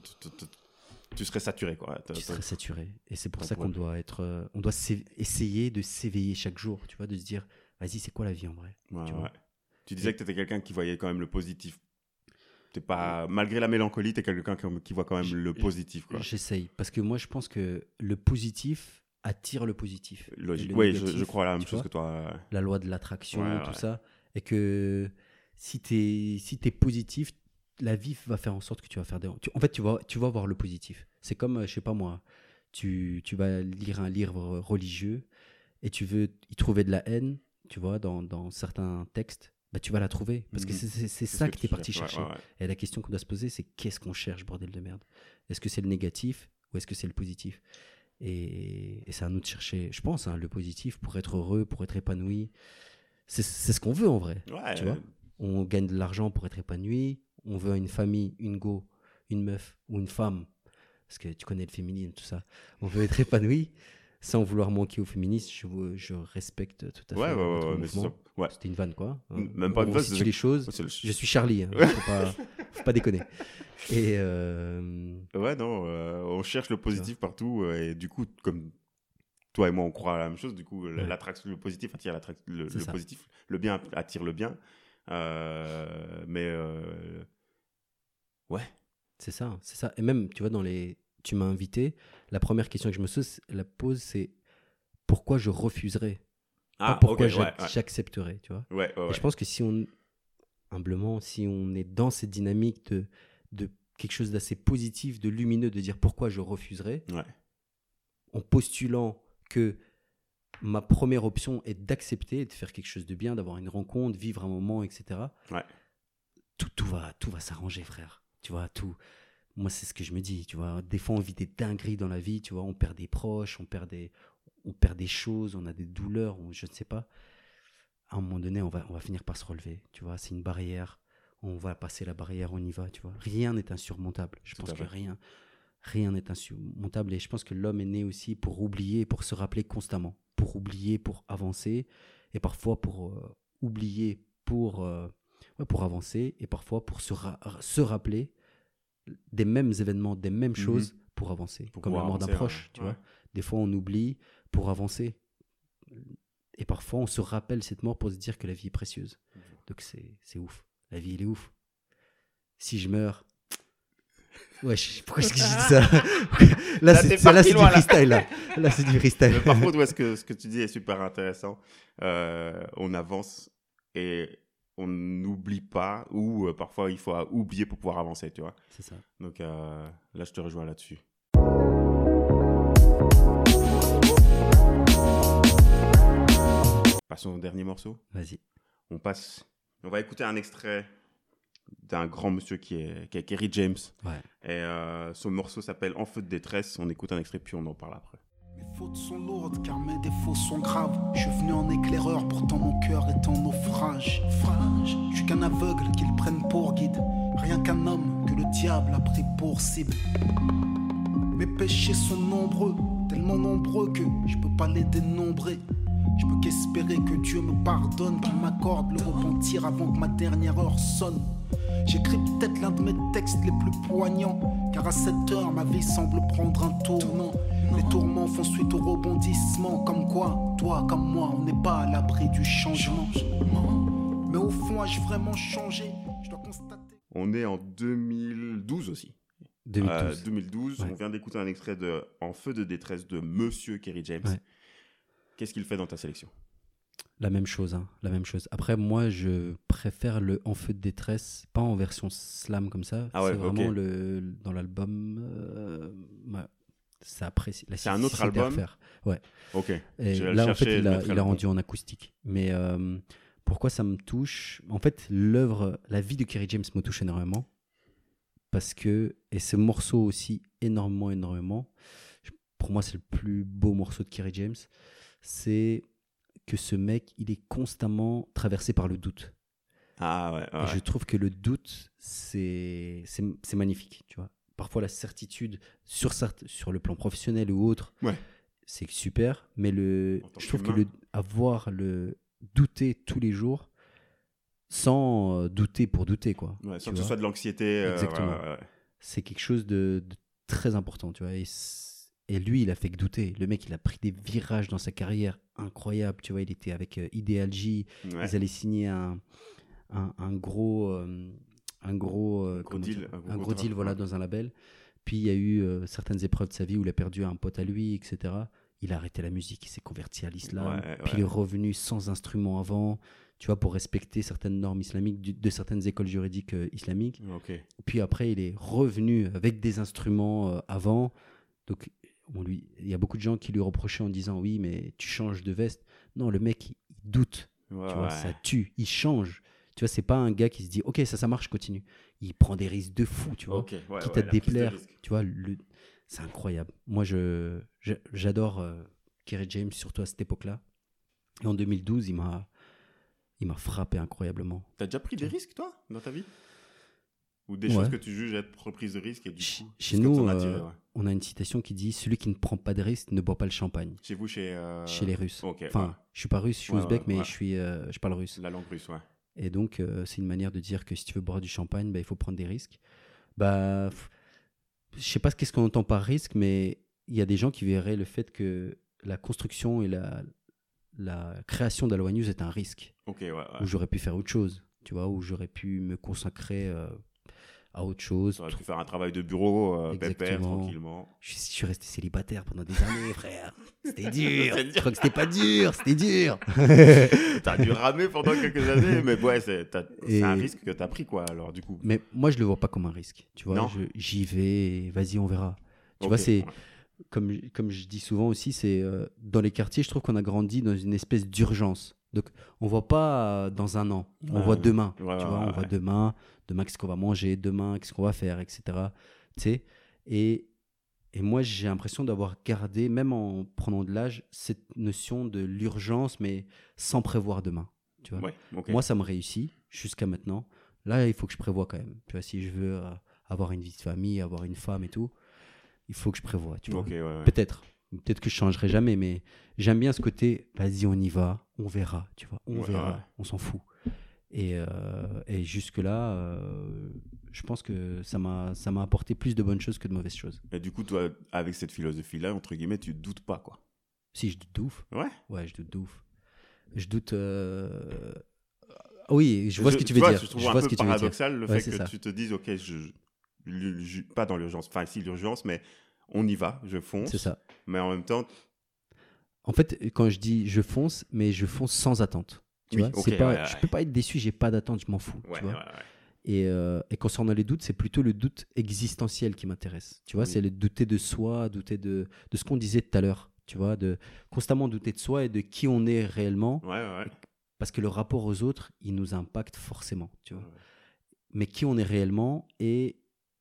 tu serais saturé, quoi. Tu serais saturé. Et c'est pour Ton ça qu'on problème. doit être, euh, on doit essayer de s'éveiller chaque jour, tu vois, de se dire, vas-y, c'est quoi la vie en vrai. Ouais, tu, ouais. vois Tu disais que tu étais quelqu'un qui voyait quand même le positif. t'es pas, malgré la mélancolie, t'es quelqu'un qui, qui voit quand même Je- le positif, quoi. J'essaye. Parce que moi, je pense que le positif attire le positif. Logique. Et le Oui, je, négatif, je crois la même tu chose vois, que toi. la loi de l'attraction, Ouais, tout ouais. ça. Et que si tu es si t'es positif, la vie va faire en sorte que tu vas faire des... tu- en fait, tu vas, tu vas voir le positif. C'est comme, euh, je sais pas moi, tu, tu vas lire un livre religieux et tu veux y trouver de la haine, tu vois, dans, dans certains textes, bah, tu vas la trouver. Parce que Mhm. c'est c'est- c'est C'est ça ce que tu tu es parti cherches. chercher. Ouais, ouais, ouais. Et la question qu'on doit se poser, c'est qu'est-ce qu'on cherche, bordel de merde? Est-ce que c'est le négatif ou est-ce que c'est le positif? Et, et c'est à nous de chercher, je pense, hein, le positif pour être heureux, pour être épanoui. C'est c'est ce qu'on veut en vrai. Ouais, Tu vois, on gagne de l'argent pour être épanoui. On veut une famille, une go, une meuf ou une femme. Parce que tu connais le féminisme, tout ça. On veut être épanoui sans vouloir manquer aux féministes. Je, vous- je respecte tout à fait ouais, ouais, votre ouais, mais c'est mouvement. ça. Ouais. C'était une vanne, quoi. M- même pas une On vanne, situe c'est- les choses. Ouais, c'est le- Je suis Charlie. Hein. Faut pas, faut pas déconner. Et euh, Ouais, non, euh, on cherche le positif partout. euh, et du coup, comme toi et moi, on croit à la même chose. Du coup, Ouais. l'attraction, le positif attire l'attrac- le, C'est le ça. positif. Le bien attire le bien. Euh, mais euh, ouais. c'est ça, c'est ça. Et même, tu vois, dans les, tu m'as invité. La première question que je me pose, la pose, c'est pourquoi je refuserais, pas Ah, pourquoi ok, j'ac- ouais, ouais. j'accepterais, tu vois. Ouais, ouais, Et ouais. je pense que si on, humblement, si on est dans cette dynamique de, de quelque chose d'assez positif, de lumineux, de dire pourquoi je refuserais, Ouais. en postulant que ma première option est d'accepter, de faire quelque chose de bien, d'avoir une rencontre, vivre un moment, et cetera. Ouais. Tout, tout va, tout va s'arranger, frère. Tu vois, tout. Moi, c'est ce que je me dis. Tu vois, des fois, on vit des dingueries dans la vie. Tu vois, on perd des proches, on perd des, on perd des choses, on a des douleurs, on- je ne sais pas. À un moment donné, on va, on va finir par se relever. Tu vois, c'est une barrière. On va passer la barrière, on y va. Tu vois, rien n'est insurmontable. Je Tout pense à que fait. rien, rien n'est insurmontable. Et je pense que l'homme est né aussi pour oublier, pour se rappeler constamment, pour oublier, pour avancer, et parfois pour euh, oublier, pour euh, ouais, pour avancer, et parfois pour se, ra- se rappeler des mêmes événements, des mêmes Mhm. choses pour avancer. Pour Comme la pouvoir mort d'un avancer, proche, ouais. tu Ouais. vois. Des fois, on oublie pour avancer. Et parfois, on se rappelle cette mort pour se dire que la vie est précieuse. Donc, c'est c'est ouf. La vie, elle est ouf. Si je meurs... Ouais, je- pourquoi est-ce que je dis ça? Là, Là, c'est t'es ça, là, parti c'est du loin, là. freestyle. Là, là c'est du freestyle. Mais par contre, ouais, ce, que, ce que tu dis est super intéressant. Euh, on avance et on n'oublie pas, ou euh, parfois il faut oublier pour pouvoir avancer, tu vois. C'est ça. Donc euh, là, je te rejoins là-dessus. Passons au dernier morceau. Vas-y. On passe. On va écouter un extrait d'un grand monsieur qui est, qui est Kerry James. Ouais. Et euh, son morceau s'appelle En feu de détresse. On écoute un extrait puis on en parle après. Mes fautes sont lourdes car mes défauts sont graves. Je suis venu en éclaireur, pourtant mon cœur est en naufrage. Frage, je suis qu'un aveugle qu'ils prennent pour guide. Rien qu'un homme que le diable a pris pour cible. Mes péchés sont nombreux, tellement nombreux que je peux pas les dénombrer. Je peux qu'espérer que Dieu me pardonne, qu'il m'accorde le repentir avant que ma dernière heure sonne. J'écris peut-être l'un de mes textes les plus poignants, car à cette heure ma vie semble prendre un tournant. Les tourments font suite au rebondissement, comme quoi, toi comme moi, on n'est pas à l'abri du changement. Mais au fond, ai-je vraiment changé? Je dois constater. On est en deux mille douze aussi. deux mille douze. Euh, deux mille douze, Ouais. on vient d'écouter un extrait de En feu de détresse de Monsieur Kerry James. Ouais. Qu'est-ce qu'il fait dans ta sélection? La même chose, hein, la même chose. Après, moi, je préfère le En feu de détresse, pas en version slam comme ça. Ah ouais, c'est vraiment ok. le, dans l'album. Euh, ouais, ça apprécie. la- C'est un si autre c'était à album refaire. Ouais. Ok. Et Je vais le là, en chercher, fait, je il, a, mettrai il le a bon. rendu en acoustique. Mais euh, pourquoi ça me touche? En fait, l'œuvre, la vie de Kerry James me touche énormément. Parce que, et ce morceau aussi, énormément, énormément. Je- Pour moi, c'est le plus beau morceau de Kerry James. C'est que ce mec, il est constamment traversé par le doute. Ah ouais, Et ouais. je trouve que le doute, c'est c'est c'est magnifique, tu vois. Parfois, la certitude, sur, cert- sur le plan professionnel ou autre, Ouais. c'est super. Mais le, En tant je trouve que qu'humain. le, avoir le douter tous les jours, sans euh, douter pour douter, quoi. Ouais, tu sans que ce vois. soit de l'anxiété. euh, Exactement. ouais, ouais, ouais. C'est quelque chose de, de très important, tu vois. Et, c- et lui, il a fait que douter. Le mec, il a pris des virages dans sa carrière incroyables, tu vois. Il était avec euh, Ideal J. Ouais. Ils allaient signer un, un, un gros, euh, un gros, euh, Gros comment deal, dire, un gros un gros contrat, deal voilà, ouais. dans un label. Puis il y a eu euh, certaines épreuves de sa vie où il a perdu un pote à lui, et cetera. Il a arrêté la musique, il s'est converti à l'islam. Ouais, Puis ouais. il est revenu sans instrument avant, tu vois, pour respecter certaines normes islamiques du- de certaines écoles juridiques euh, islamiques. Ok. Puis après, il est revenu avec des instruments euh, avant. Donc, on lui, il y a beaucoup de gens qui lui reprochaient en disant oui, mais tu changes de veste. Non, le mec, il, il doute. Ouais, Tu vois, ouais. ça tue. Il change. Tu vois, c'est pas un gars qui se dit ok, ça, ça marche, je continue. Il prend des risques de fou, tu vois. Ok, ouais, Quitte ouais, à te la prise de déplaire. risque. Tu vois, le... c'est incroyable. Moi, je, je- j'adore euh, Kerry James, surtout à cette époque-là. Et en deux mille douze, il m'a, il m'a frappé incroyablement. T'as déjà pris des risques, toi, dans ta vie? Ou des Ouais. choses que tu juges être prise de risque et du Ch- coup, Chez est-ce que nous, t'en as euh, tiré, ouais. on a une citation qui dit celui qui ne prend pas de risque ne boit pas le champagne. Chez vous, chez... euh, Chez les Russes. Ok, Enfin, ouais. je suis pas russe, je suis Ouais, ouzbek, ouais, mais ouais. je suis, euh, je parle russe. La langue russe, ouais. Et donc, euh, c'est une manière de dire que si tu veux boire du champagne, bah, il faut prendre des risques. Bah, f- je sais pas ce qu'est-ce qu'on entend par risque, mais il y a des gens qui verraient le fait que la construction et la, la création d'Aloha News est un risque, Ok, ouais, ouais. où j'aurais pu faire autre chose, tu vois, où j'aurais pu me consacrer euh, à autre chose. T'aurais pu faire un travail de bureau, euh, pépère, Exactement. tranquillement. Je suis, je suis resté célibataire pendant des années, frère. C'était dur. C'est dur. Je crois que c'était pas dur, c'était dur. T'as dû ramer pendant quelques années, mais ouais, c'est, t'as- c'est Et- un risque que t'as pris, quoi, alors, du coup. Mais moi, je le vois pas comme un risque. Tu vois, Non. je- j'y vais, et vas-y, on verra. Tu Ok, vois, c'est ouais. comme, comme je dis souvent aussi, c'est euh, dans les quartiers, je trouve qu'on a grandi dans une espèce d'urgence. Donc, on voit pas euh, dans un an, on Ouais, voit ouais. demain. Ouais, tu ouais, vois, on ouais, voit ouais. demain, demain qu'est-ce qu'on va manger, demain qu'est-ce qu'on va faire, et cetera. Tu sais, et, et moi, j'ai l'impression d'avoir gardé, même en prenant de l'âge, cette notion de l'urgence, mais sans prévoir demain. Tu vois. Ouais, ok. Moi, ça me réussit jusqu'à maintenant. Là, il faut que je prévoie quand même. Tu vois, si je veux euh, avoir une vie de famille, avoir une femme et tout, il faut que je prévoie. Tu vois. Ok, ouais, ouais. Peut-être. Peut-être que je changerai jamais, mais j'aime bien ce côté, vas-y, on y va, on verra, tu vois, on Ouais, verra, ouais. on s'en fout. Et, euh, et jusque-là, euh, je pense que ça m'a, ça m'a apporté plus de bonnes choses que de mauvaises choses. Et du coup, toi, avec cette philosophie-là, entre guillemets, tu doutes pas, quoi. Si, je doute de ouf. Ouais. Ouais, je doute de ouf. Je doute... euh, ah oui, je vois ce que tu veux vois, dire. Je trouve Je un vois peu ce que tu veux dire. paradoxal le Ouais, fait c'est que ça. tu te dises, ok, je, l'u- l'u- pas dans l'urgence, enfin, si l'urgence, mais on y va, je fonce. C'est ça. Mais en même temps, En fait, quand je dis je fonce, mais je fonce sans attente. Tu Oui, vois, ok, c'est pas, ouais, ouais. je peux pas être déçu, j'ai pas d'attente, je m'en fous. ouais, tu ouais, vois. ouais. Et, euh, et concernant les doutes, c'est plutôt le doute existentiel qui m'intéresse. Tu vois, Oui. c'est le douter de soi, douter de, de ce qu'on disait tout à l'heure. Tu vois, de constamment douter de soi et de qui on est réellement, Ouais, ouais, ouais. parce que le rapport aux autres, il nous impacte forcément. Tu vois. Ouais. Mais qui on est réellement et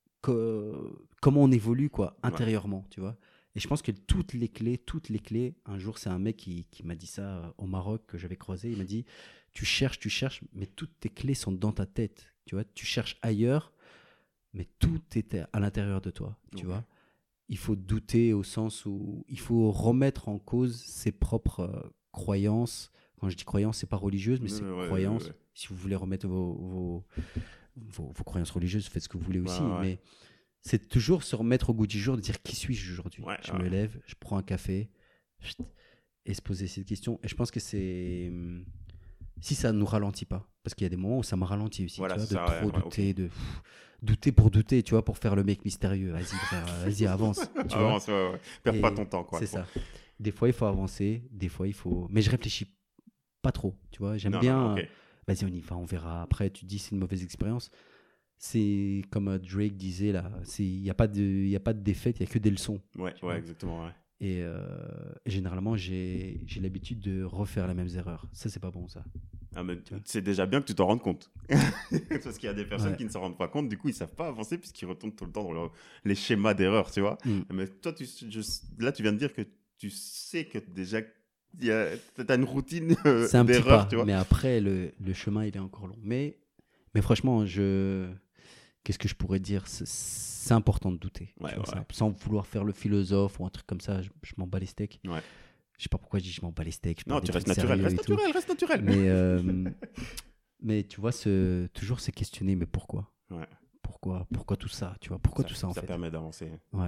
co- comment on évolue quoi intérieurement. Tu vois. Et je pense que toutes les clés, toutes les clés. Un jour, c'est un mec qui, qui m'a dit ça euh, au Maroc que j'avais croisé. Il m'a dit, tu cherches, tu cherches, mais toutes tes clés sont dans ta tête. Tu vois, tu cherches ailleurs, mais tout est à l'intérieur de toi. Tu Ok. vois, il faut douter au sens où il faut remettre en cause ses propres euh, croyances. Quand je dis croyances, c'est pas religieuse, mais Non, c'est non, ouais, croyances. ouais, ouais. Si vous voulez remettre vos, vos, vos, vos croyances religieuses, faites ce que vous voulez aussi. Ouais, ouais. Mais c'est toujours se remettre au goût du jour, de dire qui suis-je aujourd'hui. Ouais, Je ouais. me lève, je prends un café, chut, et se poser cette question. Et je pense que c'est hum, si ça nous ralentit pas, parce qu'il y a des moments où ça m'a ralenti aussi, Voilà, tu vois, c'est de ça, trop ouais, ouais, douter, ok. de pff, douter pour douter, tu vois, pour faire le mec mystérieux. Vas-y, frère, vas-y, avance. Tu vois. Avance, ouais, ouais. Perds Et pas ton temps, quoi. C'est ça. Des fois, il faut avancer, des fois, il faut. Mais je réfléchis pas trop, tu vois. J'aime Non, bien. non, ok. euh, Vas-y, on y va, on verra. Après, tu te dis c'est une mauvaise expérience. C'est comme euh, Drake disait là, il n'y a, pas de- y a pas de défaite, il n'y a que des leçons. Ouais, Tu ouais, vois. exactement, ouais. Et euh, généralement, j'ai j'ai l'habitude de refaire les mêmes erreurs. Ça, c'est pas bon, ça. Ah, mais Tu vois. c'est déjà bien que tu t'en rendes compte. Parce qu'il y a des personnes Ouais. qui ne s'en rendent pas compte, du coup, ils savent pas avancer puisqu'ils retournent tout le temps dans leur- les schémas d'erreur, tu vois. Mm. Mais toi, tu, je- là, tu viens de dire que tu sais que déjà, tu as une routine euh, C'est un petit d'erreur, pas, tu vois. mais après, le, le chemin, il est encore long. Mais, mais franchement, je... qu'est-ce que je pourrais dire? C'est- C'est important de douter. tu Ouais, vois, ouais. ça. Sans vouloir faire le philosophe ou un truc comme ça, je, je m'en bats les steaks. Ouais. Je sais pas pourquoi je dis je m'en bats les steaks. je Non, parle tu des restes trucs naturel, sérieux reste et tout. naturel, reste naturel. Mais, euh, mais tu vois, ce, toujours se questionner, mais pourquoi Ouais. pourquoi, pourquoi tout ça tu vois, pourquoi ça, tout ça en ça fait permet d'avancer. Ouais.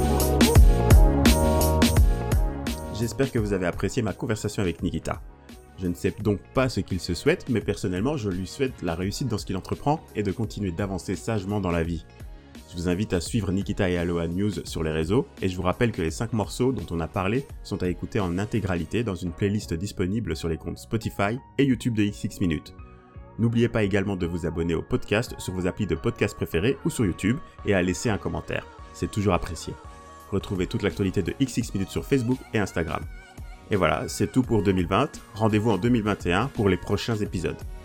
J'espère que vous avez apprécié ma conversation avec Nikita. Je ne sais donc pas ce qu'il se souhaite, mais personnellement, je lui souhaite la réussite dans ce qu'il entreprend et de continuer d'avancer sagement dans la vie. Je vous invite à suivre Nikita et Aloha News sur les réseaux, et je vous rappelle que les cinq morceaux dont on a parlé sont à écouter en intégralité dans une playlist disponible sur les comptes Spotify et YouTube de X X Minutes. N'oubliez pas également de vous abonner au podcast sur vos applis de podcast préférés ou sur YouTube, et à laisser un commentaire. C'est toujours apprécié. Retrouvez toute l'actualité de X X Minutes sur Facebook et Instagram. Et voilà, c'est tout pour deux mille vingt. Rendez-vous en deux mille vingt et un pour les prochains épisodes.